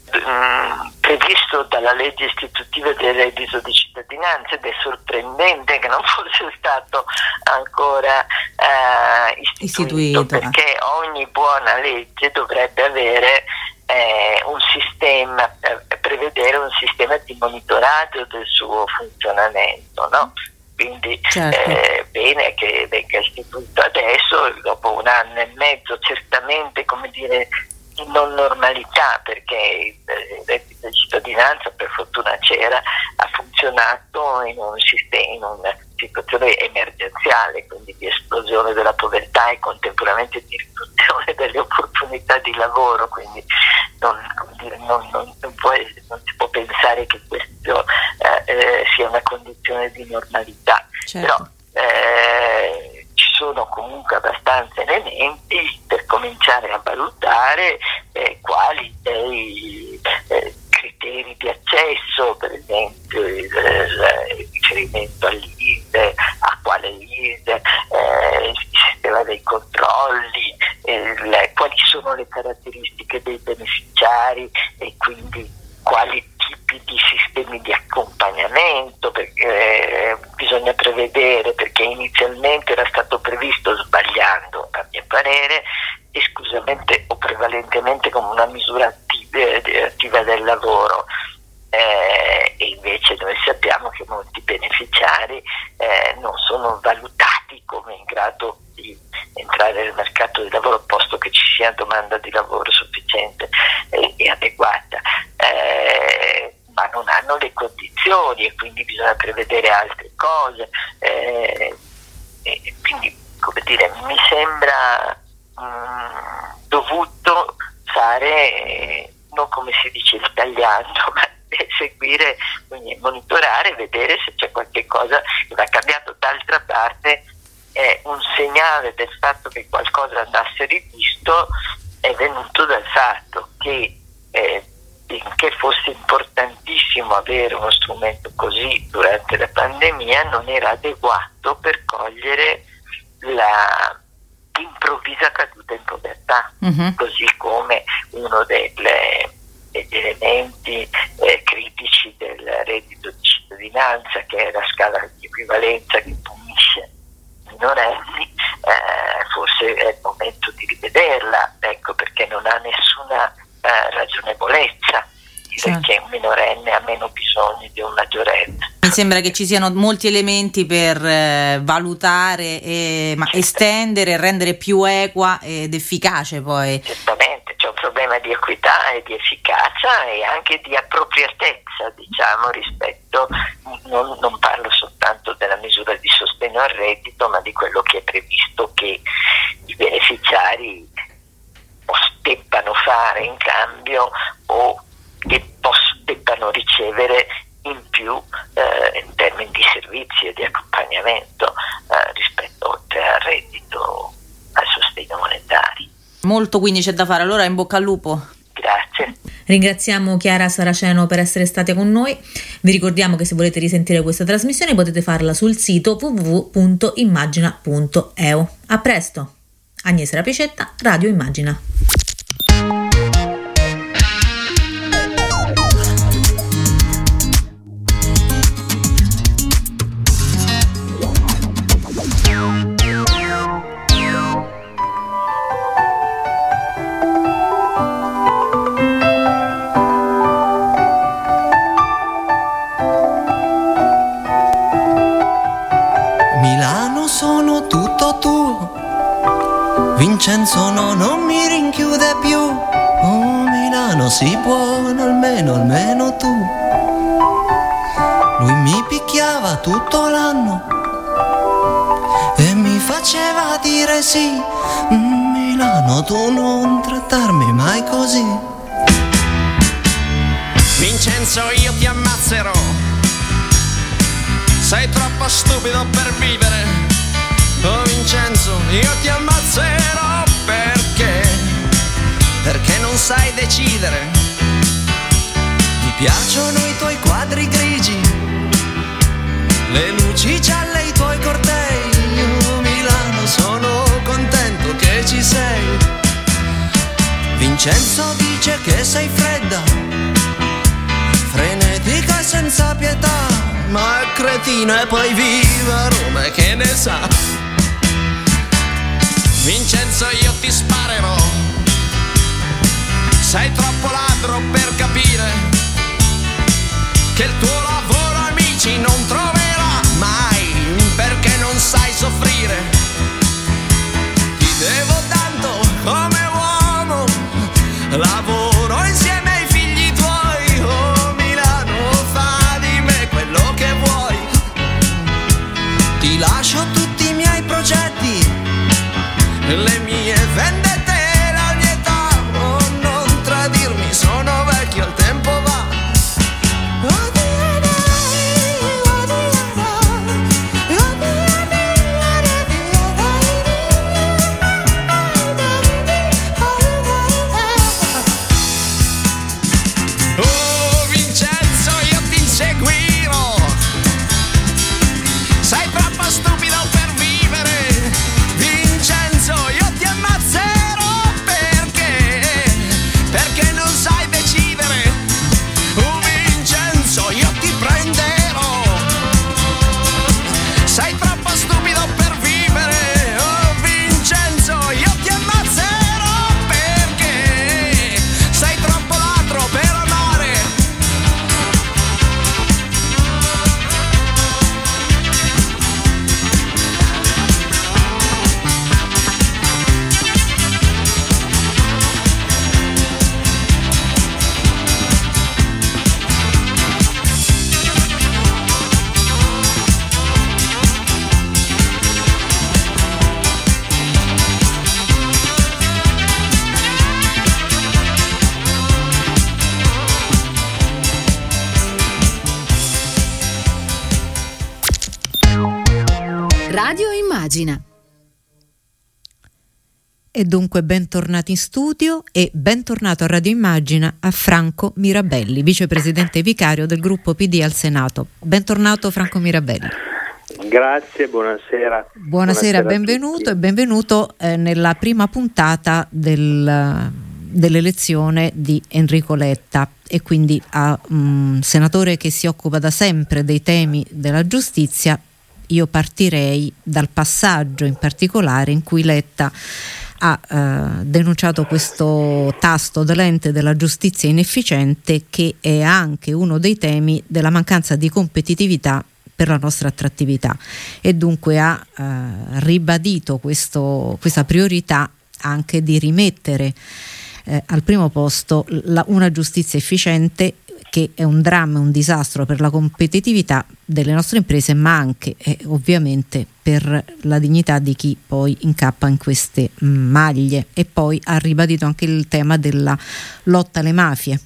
[SPEAKER 9] Previsto dalla legge istitutiva del reddito di cittadinanza, ed è sorprendente che non fosse stato ancora eh, istituito, istituito, perché ogni buona legge dovrebbe avere eh, un sistema, eh, prevedere un sistema di monitoraggio del suo funzionamento, no? Quindi
[SPEAKER 8] certo.
[SPEAKER 9] eh, bene che venga istituito adesso, dopo un anno e mezzo, certamente, come dire, di non normalità, perché il reddito di cittadinanza, per fortuna c'era, ha funzionato in un sistema, in una situazione emergenziale, quindi di esplosione della povertà e contemporaneamente di riduzione delle opportunità di lavoro, quindi non, dire, non, non, non, può, non si può pensare che questo eh, eh, sia una condizione di normalità.
[SPEAKER 8] Certo.
[SPEAKER 9] Però eh, ci sono comunque abbastanza elementi per cominciare a valutare eh, quali dei eh, criteri di accesso, per esempio il, il riferimento all'I S E E, a quale I S E E, eh, il sistema dei controlli, eh, le, quali sono le caratteristiche dei beneficiari e quindi quali tipi di sistemi di accompagnamento, perché eh, bisogna prevedere, perché inizialmente era stato previsto, sbagliando a mio parere, esclusivamente o prevalentemente come una misura attiva, attiva del lavoro, eh, e invece noi sappiamo che molti beneficiari eh, non sono valutati come in grado di entrare nel mercato del lavoro, posto che ci sia domanda di lavoro sufficiente e, e adeguata, eh, ma non hanno le condizioni e quindi bisogna prevedere altre cose, eh, e quindi, come dire, mi sembra mh, dovuto fare, eh, non come si dice il tagliando, ma seguire, quindi monitorare, vedere se c'è qualche cosa che va cambiato. D'altra parte è un segnale del fatto che qualcosa andasse rivisto è venuto dal fatto che eh, benché fosse importantissimo avere uno strumento così durante la pandemia, non era adeguato per cogliere la improvvisa caduta in povertà, uh-huh. così come uno delle, degli elementi eh, critici del reddito di cittadinanza, che è la scala di equivalenza che punisce i minorenni, eh, forse è il momento di rivederla, ecco, perché non ha nessuna eh, ragionevolezza dire che un minorenne ha meno bisogno di un maggiorenne.
[SPEAKER 8] Mi sembra che ci siano molti elementi per eh, valutare e ma, estendere e rendere più equa ed efficace poi.
[SPEAKER 9] Certamente, c'è un problema di equità e di efficacia e anche di appropriatezza, diciamo, rispetto, non, non parlo soltanto della misura di sostegno al reddito, ma di quello che è previsto che i beneficiari debbano fare in cambio o che poss- debbano ricevere in più eh, in termini di servizi e di accompagnamento eh, rispetto oltre al reddito, al sostegno monetario.
[SPEAKER 8] Molto quindi c'è da fare, allora in bocca al lupo.
[SPEAKER 9] Grazie.
[SPEAKER 8] Ringraziamo Chiara Saraceno per essere state con noi. Vi ricordiamo che se volete risentire questa trasmissione potete farla sul sito w w w punto immagina punto e u. A presto. Agnese Rapicetta, Radio Immagina.
[SPEAKER 10] Vincenzo no, non mi rinchiude più. Oh Milano, si può, almeno, almeno tu. Lui mi picchiava tutto l'anno e mi faceva dire sì. Mm, Milano, tu non trattarmi mai così.
[SPEAKER 11] Vincenzo, io ti ammazzerò. Sei troppo stupido per vivere. Oh Vincenzo, io ti ammazzerò perché? Perché non sai decidere.
[SPEAKER 10] Mi piacciono i tuoi quadri grigi, le luci gialle, i tuoi cortei. Io Milano sono contento che ci sei. Vincenzo dice che sei fredda, frenetica e senza pietà, ma è cretino e poi viva Roma, che ne sa.
[SPEAKER 11] Vincenzo, io ti sparerò. Sei troppo ladro per capire che il tuo lavoro amici non troverà mai, perché non sai soffrire. Ti devo tanto come uomo, lavoro insieme ai figli tuoi. Oh Milano, fa di me quello che vuoi.
[SPEAKER 10] Ti lascio tutti i miei progetti, le mie vendette, la mia età. Oh, non tradirmi, sono vecchio.
[SPEAKER 6] Immagina.
[SPEAKER 3] E dunque bentornati in studio e bentornato a Radio Immagina a Franco Mirabelli, vicepresidente vicario del gruppo P D al Senato. Bentornato Franco Mirabelli.
[SPEAKER 12] Grazie, buonasera.
[SPEAKER 3] Buonasera,
[SPEAKER 12] buonasera
[SPEAKER 3] benvenuto e benvenuto eh, nella prima puntata del, dell'elezione di Enrico Letta e quindi a un senatore che si occupa da sempre dei temi della giustizia. Io partirei dal passaggio in particolare in cui Letta ha eh, denunciato questo tasto dolente della giustizia inefficiente, che è anche uno dei temi della mancanza di competitività per la nostra attrattività, e dunque ha eh, ribadito questo, questa priorità anche di rimettere eh, al primo posto la, una giustizia efficiente, che è un dramma, un disastro per la competitività delle nostre imprese, ma anche eh, ovviamente per la dignità di chi poi incappa in queste maglie. E poi ha ribadito anche il tema della lotta alle mafie.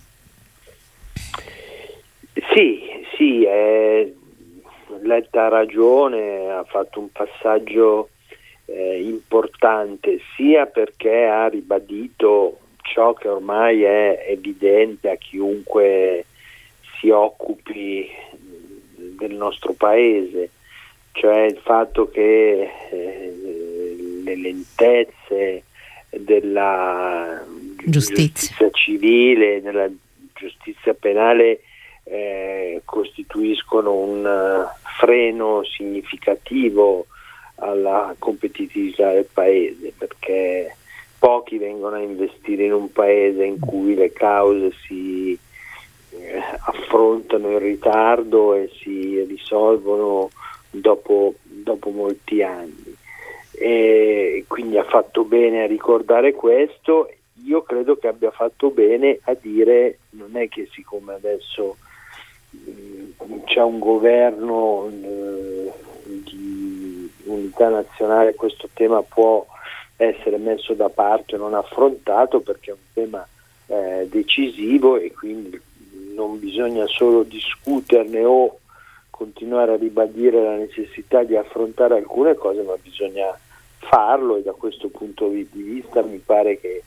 [SPEAKER 12] Sì, sì, eh, Letta ha ragione, ha fatto un passaggio eh, importante, sia perché ha ribadito ciò che ormai è evidente a chiunque si occupi del nostro paese, cioè il fatto che eh, le lentezze della giustizia. giustizia civile, della giustizia penale eh, costituiscono un uh, freno significativo alla competitività del paese, perché pochi vengono a investire in un paese in cui le cause si eh, affrontano in ritardo e si risolvono dopo, dopo molti anni. E quindi ha fatto bene a ricordare questo. Io credo che abbia fatto bene a dire, non è che siccome adesso mh, c'è un governo eh, di unità nazionale, questo tema può essere messo da parte o non affrontato, perché è un tema eh, decisivo e quindi non bisogna solo discuterne o continuare a ribadire la necessità di affrontare alcune cose, ma bisogna farlo, e da questo punto di vista mi pare che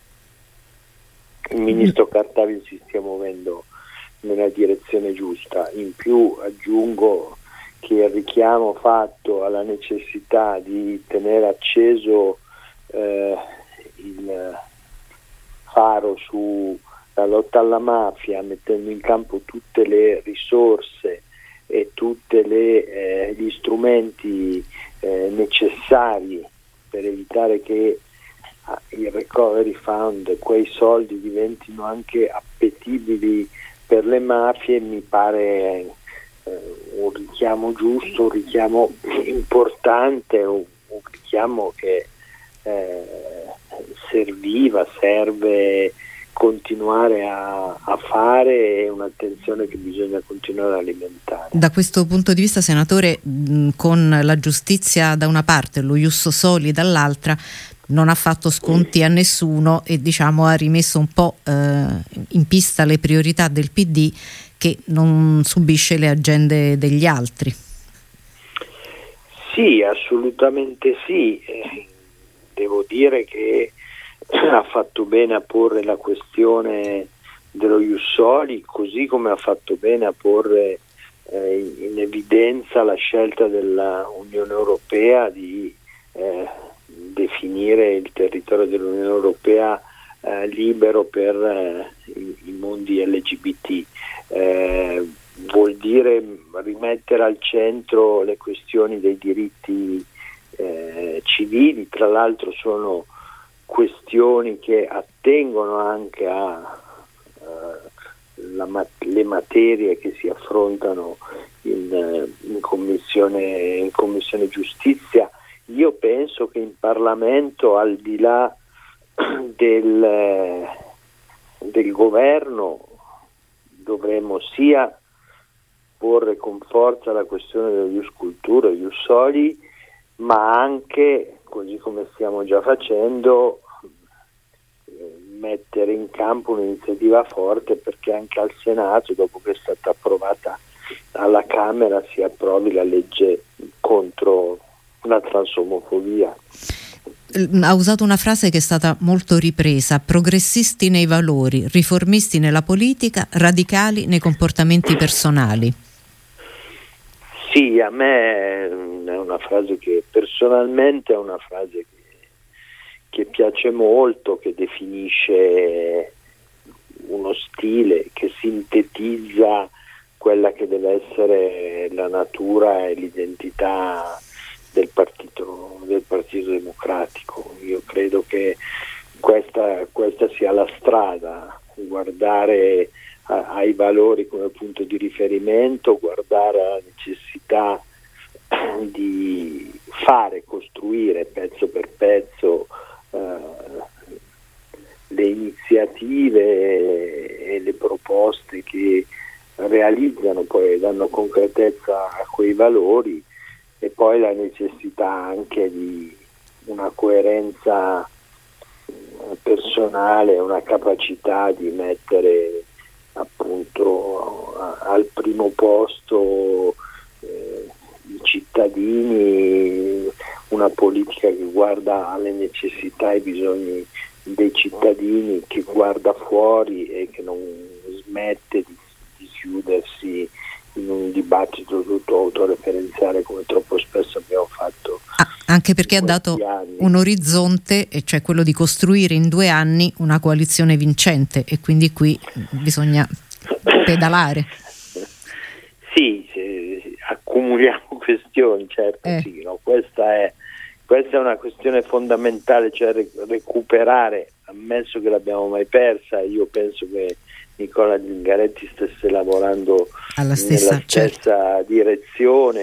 [SPEAKER 12] il ministro Cartabia si stia muovendo nella direzione giusta. In più aggiungo che il richiamo fatto alla necessità di tenere acceso Eh, il faro sulla lotta alla mafia, mettendo in campo tutte le risorse e tutti eh, gli strumenti eh, necessari per evitare che ah, il recovery fund, quei soldi diventino anche appetibili per le mafie, mi pare eh, un richiamo giusto, un richiamo importante, un, un richiamo che Eh, serviva, serve continuare a, a fare, e un'attenzione che bisogna continuare ad alimentare.
[SPEAKER 3] Da questo punto di vista, senatore, mh, con la giustizia da una parte e lo ius soli dall'altra, non ha fatto sconti a nessuno e diciamo ha rimesso un po' eh, in pista le priorità del P D, che non subisce le agende degli altri.
[SPEAKER 12] Sì, assolutamente sì. Eh, Devo dire che ha fatto bene a porre la questione dello ius soli, così come ha fatto bene a porre eh, in evidenza la scelta dell'Unione Europea di eh, definire il territorio dell'Unione Europea eh, libero per eh, i, i mondi L G B T. Eh, vuol dire rimettere al centro le questioni dei diritti Eh, civili. Tra l'altro sono questioni che attengono anche a uh, la, le materie che si affrontano in, in, commissione, in commissione giustizia. Io penso che in Parlamento, al di là del, del governo, dovremmo sia porre con forza la questione dello ius cultura, ius soli, ma anche, così come stiamo già facendo, mettere in campo un'iniziativa forte perché anche al Senato, dopo che è stata approvata alla Camera, si approvi la legge contro la transomofobia.
[SPEAKER 3] Ha usato una frase che è stata molto ripresa: progressisti nei valori, riformisti nella politica, radicali nei comportamenti personali.
[SPEAKER 12] Sì, a me è una frase che personalmente è una frase che, che piace molto, che definisce uno stile, che sintetizza quella che deve essere la natura e l'identità del partito, del partito democratico. Io credo che questa, questa sia la strada, guardare a, ai valori come punto di riferimento, guardare alla necessità di fare, costruire pezzo per pezzo eh, le iniziative e le proposte che realizzano poi, danno concretezza a quei valori, e poi la necessità anche di una coerenza personale, una capacità di mettere appunto a, al primo posto eh, i cittadini, una politica che guarda alle necessità e ai bisogni dei cittadini, che guarda fuori e che non smette di, di chiudersi in un dibattito tutto autoreferenziale come troppo spesso abbiamo fatto.
[SPEAKER 3] Ah, anche perché ha dato
[SPEAKER 12] anni.
[SPEAKER 3] un orizzonte, e cioè quello di costruire in due anni una coalizione vincente, e quindi qui bisogna pedalare.
[SPEAKER 12] Sì, sì, accumuliamo questioni, certo, eh. sì, no, questa è questa è una questione fondamentale, cioè recuperare, ammesso che l'abbiamo mai persa. Io penso che Nicola Zingaretti stesse lavorando
[SPEAKER 3] alla stessa,
[SPEAKER 12] nella stessa certo. direzione,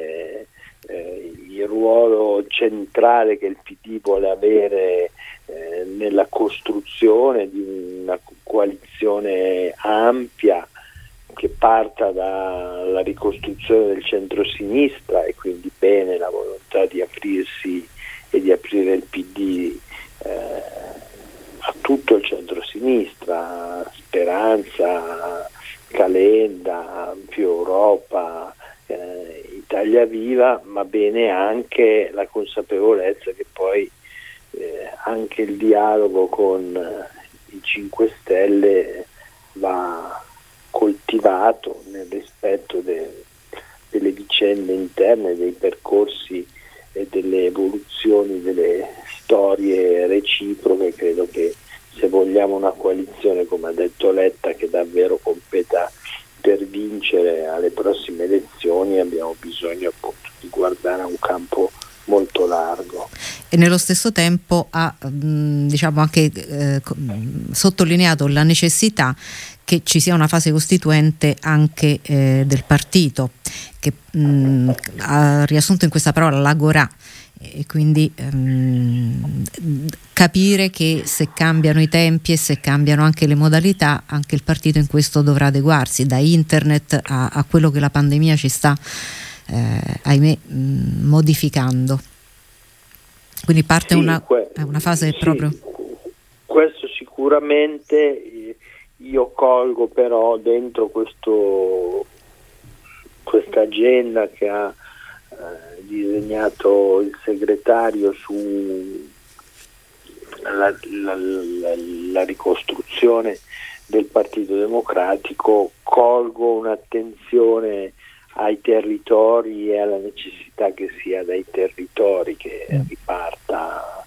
[SPEAKER 12] eh, il ruolo centrale che il P D vuole avere eh, nella costruzione di una coalizione ampia che parta dalla ricostruzione del centro-sinistra, e quindi bene la volontà di aprirsi e di aprire il P D eh, a tutto il centro-sinistra, Speranza, Calenda, Più Europa, eh, Italia Viva, ma bene anche la consapevolezza che poi eh, anche il dialogo con eh, i cinque Stelle va coltivato nel rispetto de, delle vicende interne, dei percorsi e delle evoluzioni delle storie reciproche. Credo che se vogliamo una coalizione, come ha detto Letta, che davvero competa per vincere alle prossime elezioni, abbiamo bisogno appunto di guardare a un campo molto largo.
[SPEAKER 3] E nello stesso tempo ha mh, diciamo anche eh, sottolineato la necessità che ci sia una fase costituente anche eh, del partito, che mh, ha riassunto in questa parola l'agorà, e quindi um, capire che se cambiano i tempi e se cambiano anche le modalità, anche il partito in questo dovrà adeguarsi, da internet a, a quello che la pandemia ci sta eh, ahimè mh, modificando. Quindi parte sì, una, que- una fase sì, proprio.
[SPEAKER 12] Questo sicuramente. Io colgo però dentro questo questa agenda che ha eh, disegnato il segretario su la, la, la, la ricostruzione del Partito Democratico, colgo un'attenzione ai territori e alla necessità che sia dai territori che riparta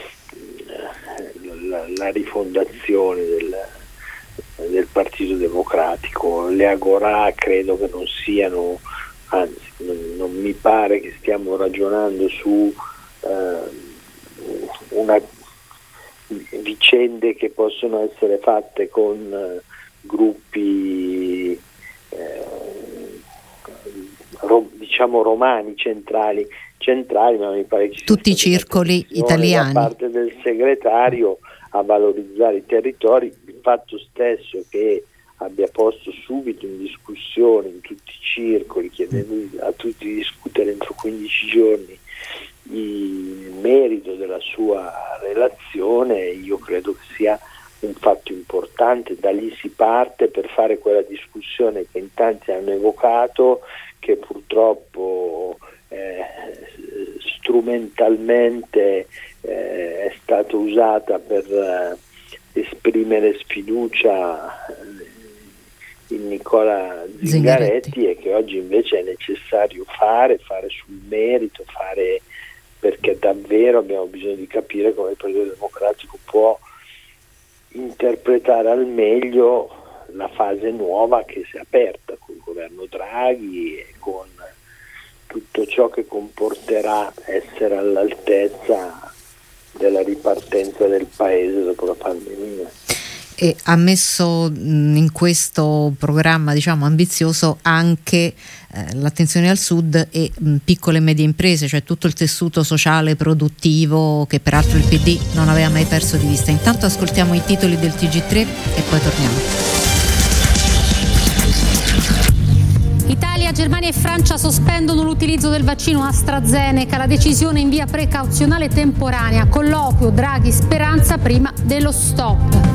[SPEAKER 12] eh, la, la rifondazione del del Partito Democratico. Le agorà credo che non siano, anzi non, non mi pare che stiamo ragionando su eh, una vicende che possono essere fatte con eh, gruppi eh, ro, diciamo romani centrali centrali ma mi pare che ci
[SPEAKER 3] tutti i circoli italiani
[SPEAKER 12] da parte del segretario a valorizzare i territori. Il fatto stesso che abbia posto subito in discussione in tutti i circoli, chiedendo a tutti di discutere entro quindici giorni il merito della sua relazione, io credo che sia un fatto importante. Da lì si parte per fare quella discussione che in tanti hanno evocato, che purtroppo eh, strumentalmente eh, è stata usata per eh, esprimere sfiducia in Nicola Zingaretti, Zingaretti e che oggi invece è necessario fare, fare sul merito, fare perché davvero abbiamo bisogno di capire come il Partito Democratico può interpretare al meglio la fase nuova che si è aperta col governo Draghi e con tutto ciò che comporterà essere all'altezza della ripartenza del paese dopo la pandemia.
[SPEAKER 3] E ha messo mh, in questo programma, diciamo, ambizioso anche eh, l'attenzione al sud e mh, piccole e medie imprese, cioè tutto il tessuto sociale produttivo che peraltro il P D non aveva mai perso di vista. Intanto ascoltiamo i titoli del T G tre e poi torniamo.
[SPEAKER 13] Italia, Germania e Francia sospendono l'utilizzo del vaccino AstraZeneca, la decisione in via precauzionale temporanea, colloquio Draghi Speranza prima dello stop.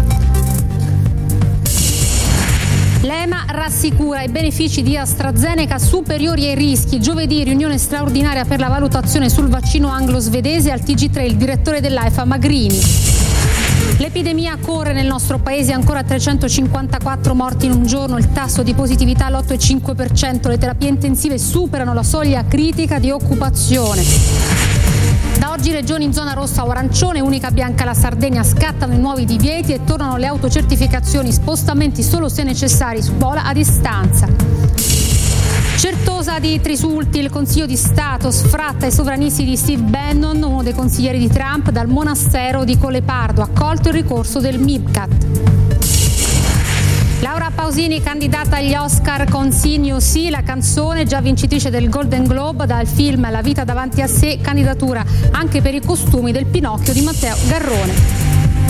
[SPEAKER 13] L'E M A rassicura i benefici di AstraZeneca superiori ai rischi. Giovedì riunione straordinaria per la valutazione sul vaccino anglo-svedese. Al T G tre il direttore dell'AIFA Magrini. L'epidemia corre nel nostro paese, ancora trecentocinquantaquattro morti in un giorno, il tasso di positività all'otto virgola cinque per cento, le terapie intensive superano la soglia critica di occupazione. Da oggi regioni in zona rossa o arancione, unica bianca la Sardegna, scattano i nuovi divieti e tornano le autocertificazioni, spostamenti solo se necessari, scuola a distanza. Certosa di Trisulti, il Consiglio di Stato sfratta i sovranisti di Steve Bannon, uno dei consiglieri di Trump, dal monastero di Collepardo, accolto il ricorso del M I B C A T. Laura Pausini candidata agli Oscar con Signo Sì, la canzone già vincitrice del Golden Globe dal film La vita davanti a sé, candidatura anche per i costumi del Pinocchio di Matteo Garrone.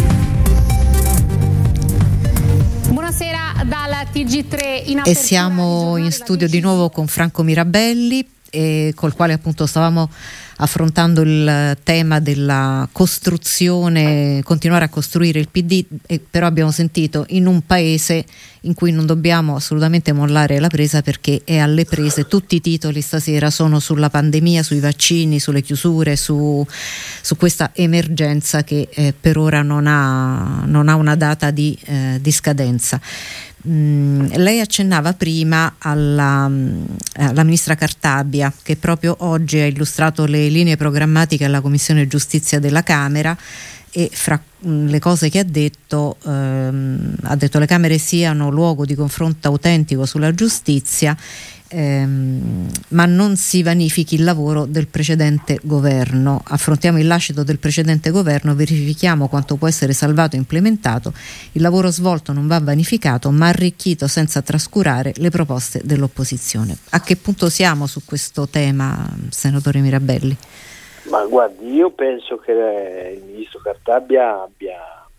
[SPEAKER 13] Buonasera dal T G tre in
[SPEAKER 3] e siamo in studio di nuovo con Franco Mirabelli, e col quale appunto stavamo affrontando il tema della costruzione, continuare a costruire il P D, e però abbiamo sentito in un paese in cui non dobbiamo assolutamente mollare la presa, perché è alle prese. Tutti i titoli stasera sono sulla pandemia, sui vaccini, sulle chiusure, su, su questa emergenza che eh, per ora non ha, non ha una data di, eh, di scadenza. Mm, lei accennava prima alla, alla ministra Cartabia, che proprio oggi ha illustrato le linee programmatiche alla Commissione Giustizia della Camera, e fra mh, le cose che ha detto ehm, ha detto le Camere siano luogo di confronto autentico sulla giustizia, ehm, ma non si vanifichi il lavoro del precedente governo. Affrontiamo il lascito del precedente governo, verifichiamo quanto può essere salvato e implementato. Il lavoro svolto non va vanificato, ma arricchito senza trascurare le proposte dell'opposizione. A che punto siamo su questo tema, senatore Mirabelli?
[SPEAKER 12] Ma guardi, io penso che il ministro Cartabia abbia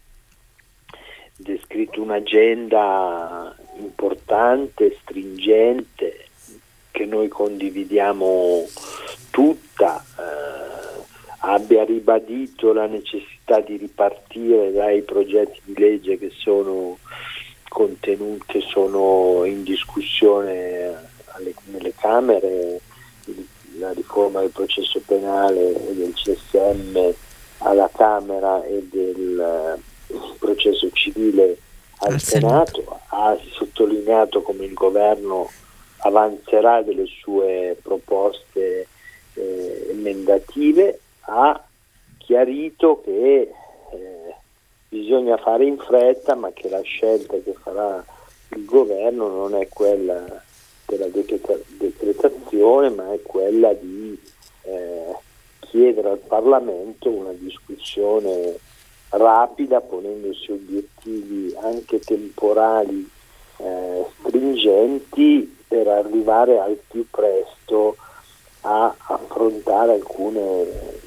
[SPEAKER 12] descritto un'agenda importante, stringente, che noi condividiamo tutta, eh, abbia ribadito la necessità di ripartire dai progetti di legge che sono contenuti, che sono in discussione alle, nelle Camere, la riforma del processo penale e del C S M alla Camera e del uh, processo civile al, al Senato. Senato. Ha sottolineato come il governo avanzerà delle sue proposte eh, emendative, ha chiarito che eh, bisogna fare in fretta, ma che la scelta che farà il governo non è quella della decretazione, ma è quella di eh, chiedere al Parlamento una discussione rapida, ponendosi obiettivi anche temporali eh, stringenti, per arrivare al più presto a affrontare alcune,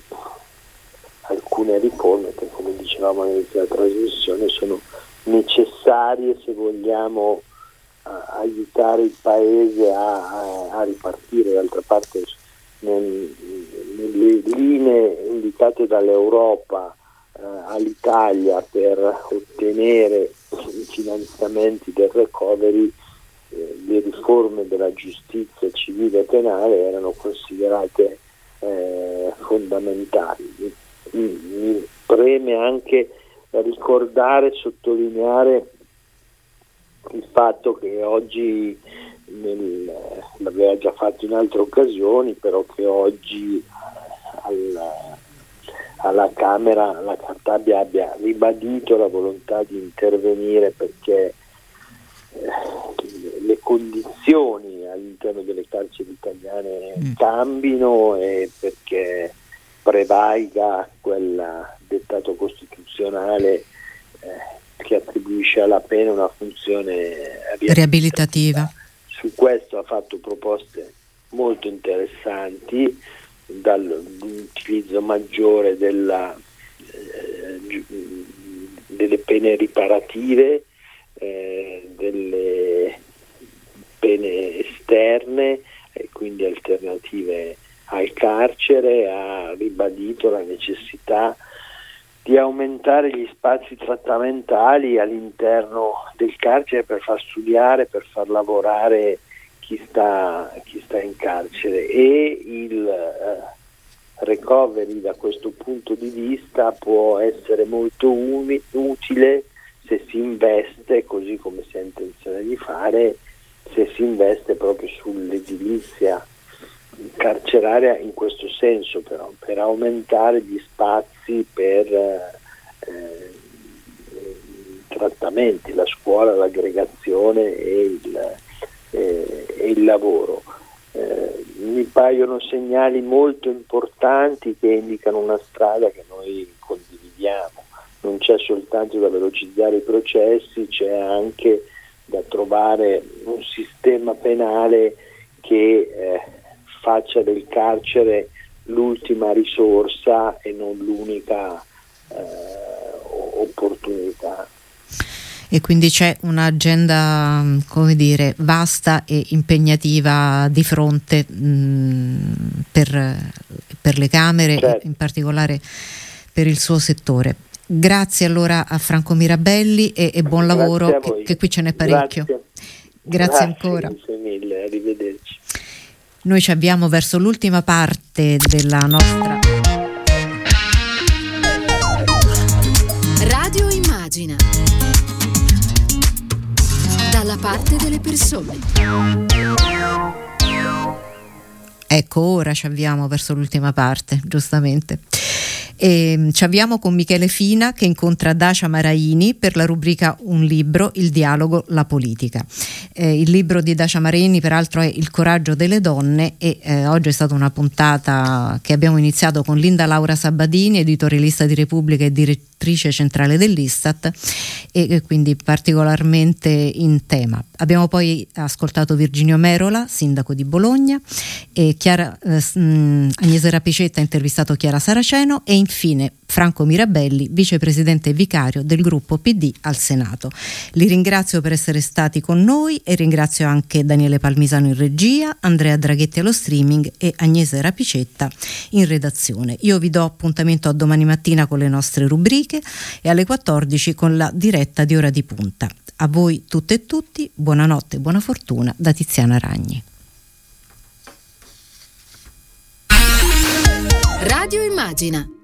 [SPEAKER 12] alcune riforme che, come dicevamo all'inizio della trasmissione, sono necessarie se vogliamo a aiutare il paese a, a, a ripartire. D'altra parte nel, nelle linee indicate dall'Europa eh, all'Italia per ottenere i finanziamenti del recovery, eh, le riforme della giustizia civile e penale erano considerate eh, fondamentali. Mi, mi preme anche ricordare, sottolineare il fatto che oggi, nel, l'aveva già fatto in altre occasioni, però che oggi alla, alla Camera la Cartabia abbia ribadito la volontà di intervenire perché eh, le condizioni all'interno delle carceri italiane mm. cambino e perché prevalga quel dettato costituzionale eh, che attribuisce alla pena una funzione riabilitativa. riabilitativa. Su questo ha fatto proposte molto interessanti, dall'utilizzo maggiore della, eh, delle pene riparative, eh, delle pene esterne e quindi alternative al carcere. Ha ribadito la necessità di aumentare gli spazi trattamentali all'interno del carcere per far studiare, per far lavorare chi sta, chi sta in carcere, e il eh, recovery da questo punto di vista può essere molto umi, utile se si investe, così come si ha intenzione di fare, se si investe proprio sull'edilizia carceraria in questo senso, però per aumentare gli spazi per eh, i trattamenti, la scuola, l'aggregazione e il, eh, e il lavoro. Eh, mi paiono segnali molto importanti che indicano una strada che noi condividiamo. Non c'è soltanto da velocizzare i processi, c'è anche da trovare un sistema penale che eh, faccia del carcere l'ultima risorsa e non l'unica eh, opportunità.
[SPEAKER 3] E quindi c'è un'agenda, come dire, vasta e impegnativa di fronte mh, per, per le Camere, certo, e in particolare per il suo settore. Grazie allora a Franco Mirabelli e, e buon Grazie lavoro, che, che qui ce n'è parecchio.
[SPEAKER 12] Grazie,
[SPEAKER 3] Grazie, Grazie ancora.
[SPEAKER 12] Grazie mille, arrivederci.
[SPEAKER 3] Noi ci abbiamo verso l'ultima parte della nostra
[SPEAKER 6] Radio Immagina, dalla parte delle persone.
[SPEAKER 3] Ecco, ora ci avviamo verso l'ultima parte, giustamente. E ci avviamo con Michele Fina, che incontra Dacia Maraini per la rubrica Un libro, il dialogo, la politica. Eh, il libro di Dacia Maraini peraltro è Il coraggio delle donne e eh, oggi è stata una puntata che abbiamo iniziato con Linda Laura Sabadini, editorialista di Repubblica e direttrice centrale dell'Istat, e, e quindi particolarmente in tema. Abbiamo poi ascoltato Virginio Merola, sindaco di Bologna, e Chiara, eh, Agnese Rapicetta ha intervistato Chiara Saraceno, e infine Franco Mirabelli, vicepresidente vicario del gruppo P D al Senato. Li ringrazio per essere stati con noi e ringrazio anche Daniele Palmisano in regia, Andrea Draghetti allo streaming e Agnese Rapicetta in redazione. Io vi do appuntamento a domani mattina con le nostre rubriche e alle quattordici con la diretta di Ora di Punta. A voi tutte e tutti, buonanotte e buona fortuna da Tiziana Ragni.
[SPEAKER 6] Radio Immagina.